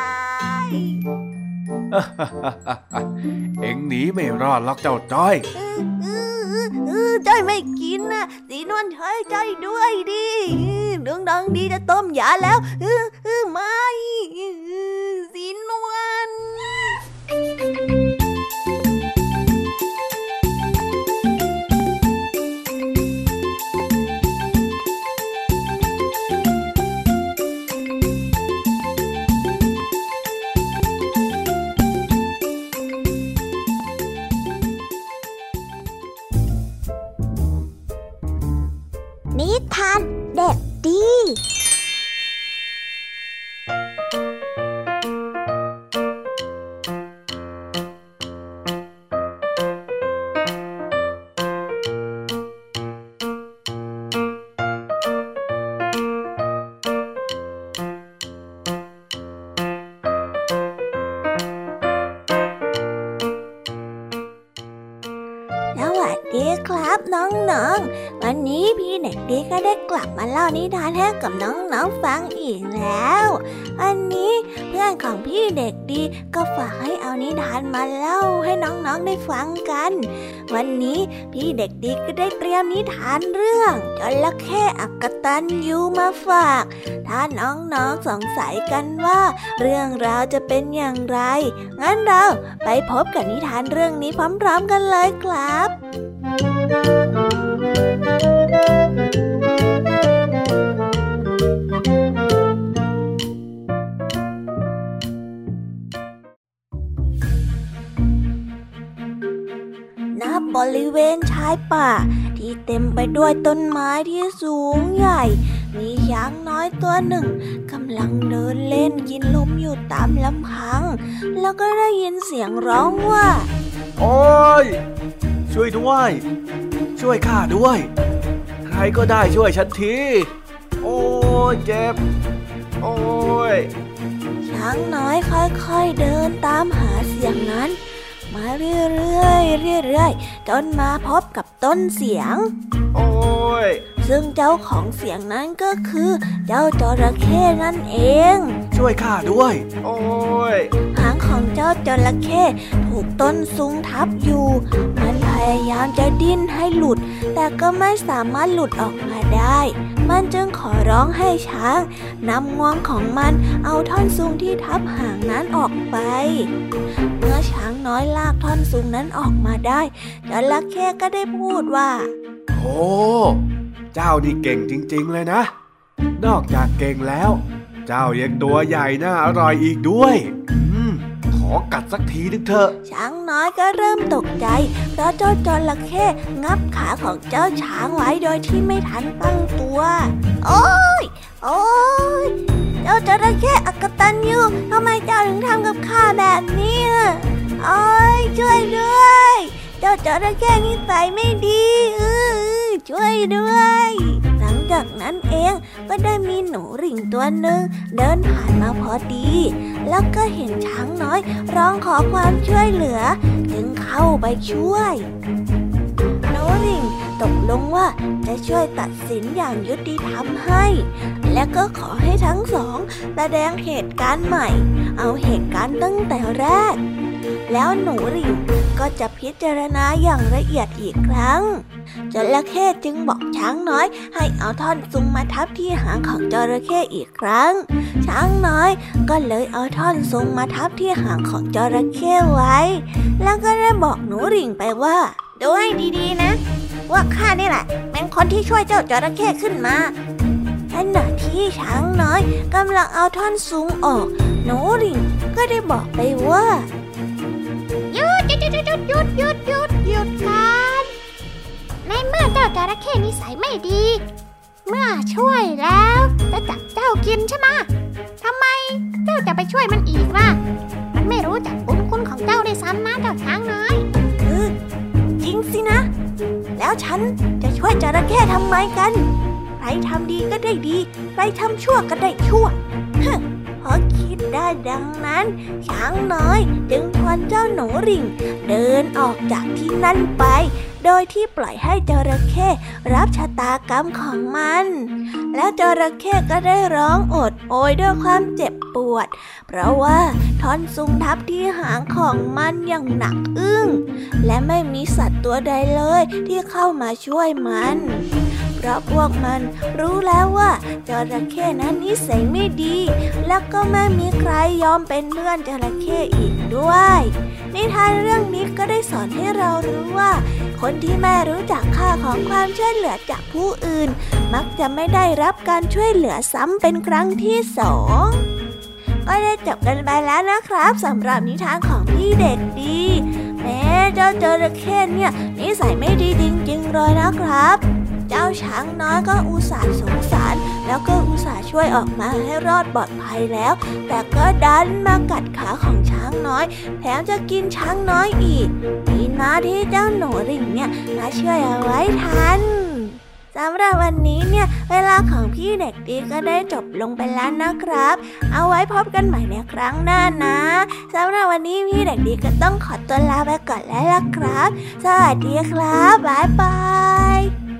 เอ็งหนีไม่รอดหรอกเจ้าจ้อยจ้อยไม่กินนะสีนวลช่วยจ้อยด้วยดิลุงทองดีจะต้มยาแล้วไม่สีนวลนิทานเด็กดีครับน้องๆวันนี้พี่เด็กดีก็ได้กลับมาเล่านิทานให้กับน้องๆฟังอีกแล้ววันนี้เพื่อนของพี่เด็กดีก็ฝากให้เอานิทานมาเล่าให้น้องๆได้ฟังกันวันนี้พี่เด็กดีก็ได้เตรียมนิทานเรื่องจระเข้อกตัญญูมาฝากถ้าน้องๆสงสัยกันว่าเรื่องราวจะเป็นอย่างไรงั้นเราไปพบกับนิทานเรื่องนี้พร้อมๆกันเลยครับณ บริเวณชายป่าที่เต็มไปด้วยต้นไม้ที่สูงใหญ่มีช้างน้อยตัวหนึ่งกำลังเดินเล่นกินลมอยู่ตามลำพังแล้วก็ได้ยินเสียงร้องว่าโอ๊ยช่วยด้วยช่วยข้าด้วยใครก็ได้ช่วยฉันทีโอ้ยเจ็บโอ้ยช้างน้อยค่อยๆเดินตามหาเสียงนั้นมาเรื่อยๆจนมาพบกับต้นเสียงโอ้ยซึ่งเจ้าของเสียงนั้นก็คือเจ้าจระเข้นั่นเองช่วยข้าด้วยโอ้ยหางของเจ้าจระเข้ถูกต้นซุงทับอยู่มันพยายามจะดิ้นให้หลุดแต่ก็ไม่สามารถหลุดออกมาได้มันจึงขอร้องให้ช้างนำงวงของมันเอาท่อนซุงที่ทับหางนั้นออกไปเมื่อช้างน้อยลากท่อนซุงนั้นออกมาได้จระเข้ก็ได้พูดว่าโอ้เจ้านี่เก่งจริงๆเลยนะนอกจากเก่งแล้วเจ้ายังตัวใหญ่น่าอร่อยอีกด้วยขอกัดสักทีนึงเถอะช้างน้อยก็เริ่มตกใจเพราะเจ้าจระเข้งับขาของเจ้าช้างไว้โดยที่ไม่ทันตั้งตัวโอ้ยเจ้าจระเข้อกตัญญูทำไมเจ้าถึงทำกับข้าแบบนี้โอ้ยช่วยด้วยเจ้าจระเข้นิสัยไม่ดีช่วยด้วยหลังจากนั้นเองก็ได้มีหนูหริ่งตัวหนึ่งเดินผ่านมาพอดีแล้วก็เห็นช้างน้อยร้องขอความช่วยเหลือจึงเข้าไปช่วยหนูหริ่งตกลงว่าจะช่วยตัดสินอย่างยุติธรรมให้และก็ขอให้ทั้งสองแสดงเหตุการณ์ใหม่เอาเหตุการณ์ตั้งแต่แรกแล้วหนูหริ่งก็จะพิจารณาอย่างละเอียดอีกครั้งจระเข้จึงบอกช้างน้อยให้เอาท่อนซุงมาทับที่หางของจระเข้อีกครั้งช้างน้อยก็เลยเอาท่อนซุงมาทับที่หางของจระเข้ไว้แล้วก็ได้บอกหนูหริ่งไปว่าดูให้ดีๆนะว่าข้านี่แหละเป็นคนที่ช่วยเจ้าจระเข้ขึ้นมาขณะที่ช้างน้อยกำลังเอาท่อนซุงออกหนูหริ่งก็ได้บอกไปว่าหยุดกันในเมื่อเจ้าจระเข้นิสัยไม่ดีเมื่อช่วยแล้วจะจับเจ้ากินใช่ไหมทำไมเจ้าจะไปช่วยมันอีกล่ะมันไม่รู้จักบุญคุณของเจ้าได้ซ้ำนะเจ้าช้างน้อยจริงสินะแล้วฉันจะช่วยจระเข้ทำไมกันใครทำดีก็ได้ดีใครทำชั่วก็ได้ชั่วพอคิดได้ดังนั้นช้างน้อยจึงชวนเจ้าหนูหริ่งเดินออกจากที่นั่นไปโดยที่ปล่อยให้จระเข้รับชะตากรรมของมันแล้วจระเข้ก็ได้ร้องโอดโอยด้วยความเจ็บปวดเพราะว่าท่อนซุงทับที่หางของมันอย่างหนักอึ้งและไม่มีสัตว์ตัวใดเลยที่เข้ามาช่วยมันเพราะพวกมันรู้แล้วว่าจระเข้นั้นนิสัยไม่ดีแล้วก็ไม่มีใครยอมเป็นเพื่อนจระเข้อีกด้วยนิทานเรื่องนี้ก็ได้สอนให้เรารู้ว่าคนที่ไม่รู้จักค่าของความช่วยเหลือจากผู้อื่นมักจะไม่ได้รับการช่วยเหลือซ้ำเป็นครั้งที่สองก็ได้จบกันไปแล้วนะครับสำหรับนิทานของพี่เด็กดีแม้เจ้าจระเข้เนี่ยนิสัยไม่ดีจริงๆเลยนะครับเจ้าช้างน้อยก็อุตส่าห์สงสารแล้วก็อุตส่าห์ช่วยออกมาให้รอดปลอดภัยแล้วแต่ก็ดันมากัดขาของช้างน้อยแถมจะกินช้างน้อยอีกดีนะที่เจ้าหนูหริ่งเนี่ยมาช่วยเอาไว้ทันสำหรับวันนี้เนี่ยเวลาของพี่เด็กดีก็ได้จบลงไปแล้วนะครับเอาไว้พบกันใหม่ในครั้งหน้านะสำหรับวันนี้พี่เด็กดีก็ต้องขอตัวลาไปก่อนแล้วล่ะครับสวัสดีครับบ๊ายบาย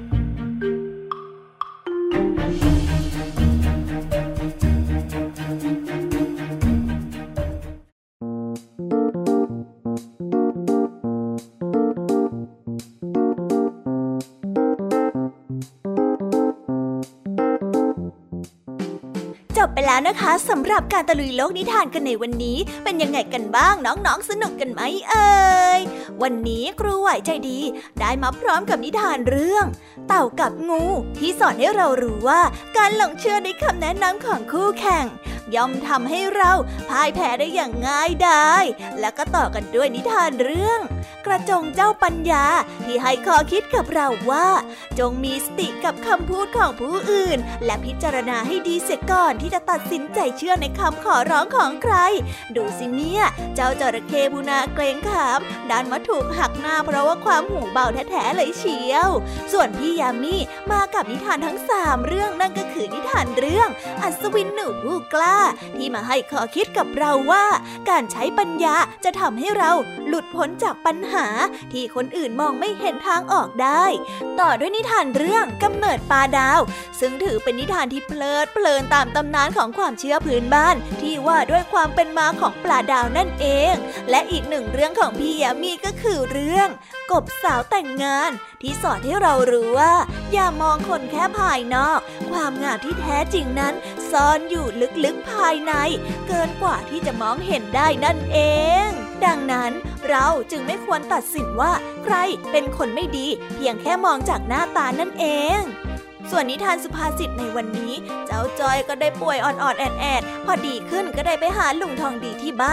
จบไปแล้วนะคะสำหรับการตะลุยโลกนิทานกันในวันนี้เป็นยังไงกันบ้างน้องๆสนุกกันไหมเอ่ยวันนี้ครูไหวใจดีได้มาพร้อมกับนิทานเรื่องเต่ากับงูที่สอนให้เรารู้ว่าการหลงเชื่อในคำแนะนำของคู่แข่งย่อมทำให้เราพ่ายแพ้ได้อย่างง่ายดายและก็ต่อกันด้วยนิทานเรื่องกระจงเจ้าปัญญาที่ให้ข้อคิดกับเราว่าจงมีสติกับคำพูดของผู้อื่นและพิจารณาให้ดีเสียก่อนที่จะตัดสินใจเชื่อในคำขอร้องของใครดูสิเนี่ยเจ้าจระเข้ผู้น่าเกรงขามดันมาถูกหักหน้าเพราะว่าความหูเบาแท้ๆเลยเชียวส่วนพี่ยามีมากับนิทานทั้ง3เรื่องนั่นก็คือนิทานเรื่องอัศวินหนูผู้กล้าที่มาให้ข้อคิดกับเราว่าการใช้ปัญญาจะทำให้เราหลุดพ้นจากปัญหาที่คนอื่นมองไม่เห็นทางออกได้ต่อด้วยนิทานเรื่องกำเนิดปลาดาวซึ่งถือเป็นนิทานที่เพลินตามตำนานของความเชื่อพื้นบ้านที่ว่าด้วยความเป็นมาของปลาดาวนั่นเองและอีกหนึ่งเรื่องของพี่ยามีก็คือเรื่องกบสาวแต่งงานที่สอนให้เรารู้ว่าอย่ามองคนแค่ภายนอกความงามที่แท้จริงนั้นซ่อนอยู่ลึกๆภายในเกินกว่าที่จะมองเห็นได้นั่นเองดังนั้นเราจึงไม่ควรตัดสินว่าใครเป็นคนไม่ดีเพียงแค่มองจากหน้าตานั่นเองส่วนนิทานสุภาษิตในวันนี้เจ้าจอยก็ได้ป่วยอ่อนๆแอดๆพอดีขึ้นก็ได้ไปหาลุงทองดีที่บ้าน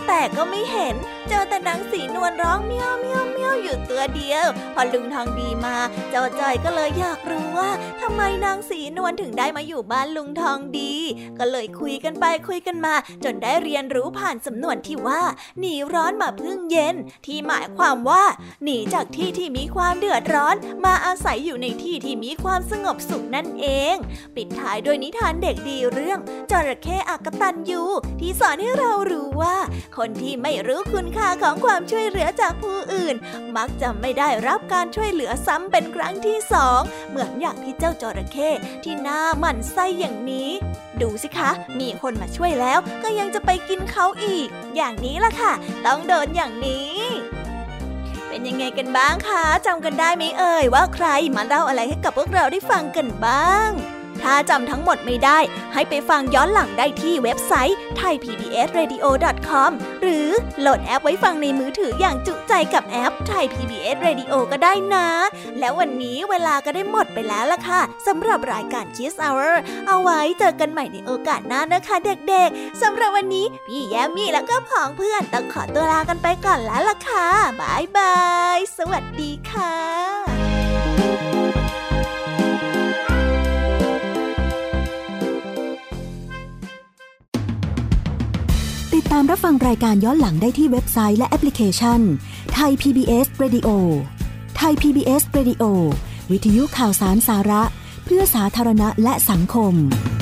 แต่ก็ไม่เห็นเจอแต่นางสีนวลร้องเมี้ยวเมี้ยวเมี้ยวอยู่ตัวเดียวพอลุงทองดีมาเจ้าจ้อยก็เลยอยากรู้ว่าทำไมนางสีนวลถึงได้มาอยู่บ้านลุงทองดีก็เลยคุยกันไปคุยกันมาจนได้เรียนรู้ผ่านสำนวนที่ว่าหนีร้อนมาพึ่งเย็นที่หมายความว่าหนีจากที่ที่มีความเดือดร้อนมาอาศัยอยู่ในที่ที่มีความสงบสุขนั่นเองปิดท้ายด้วยนิทานเด็กดีเรื่องจระเข้อกตัญญูที่สอนให้เรารู้ว่าคนที่ไม่รู้คุณค่าของความช่วยเหลือจากผู้อื่นมักจะไม่ได้รับการช่วยเหลือซ้ำเป็นครั้งที่สองเหมือนอย่างที่เจ้าจระเข้ที่หน้าหมั่นไส้อย่างนี้ดูสิคะมีคนมาช่วยแล้วก็ยังจะไปกินเขาอีกอย่างนี้ล่ะค่ะต้องโดนอย่างนี้เป็นยังไงกันบ้างคะจำกันได้ไหมเอ่ยว่าใครมาเล่าอะไรให้กับพวกเราได้ฟังกันบ้างถ้าจำทั้งหมดไม่ได้ให้ไปฟังย้อนหลังได้ที่เว็บไซต์ thaipbsradio.com หรือโหลดแอปไว้ฟังในมือถืออย่างจุใจกับแอป Thai PBS Radio ก็ได้นะแล้ววันนี้เวลาก็ได้หมดไปแล้วล่ะค่ะสำหรับรายการ Kids Hour เอาไว้เจอกันใหม่ในโอกาสหน้านะคะเด็กๆสำหรับวันนี้พี่แยมมี่แล้วก็ผองเพื่อนต้องขอตัวลากันไปก่อนแล้วล่ะค่ะบ๊ายบายสวัสดีค่ะติดตามรับฟังรายการย้อนหลังได้ที่เว็บไซต์และแอปพลิเคชัน Thai PBS Radio Thai PBS Radio วิทยุข่าวสารสาระเพื่อสาธารณะและสังคม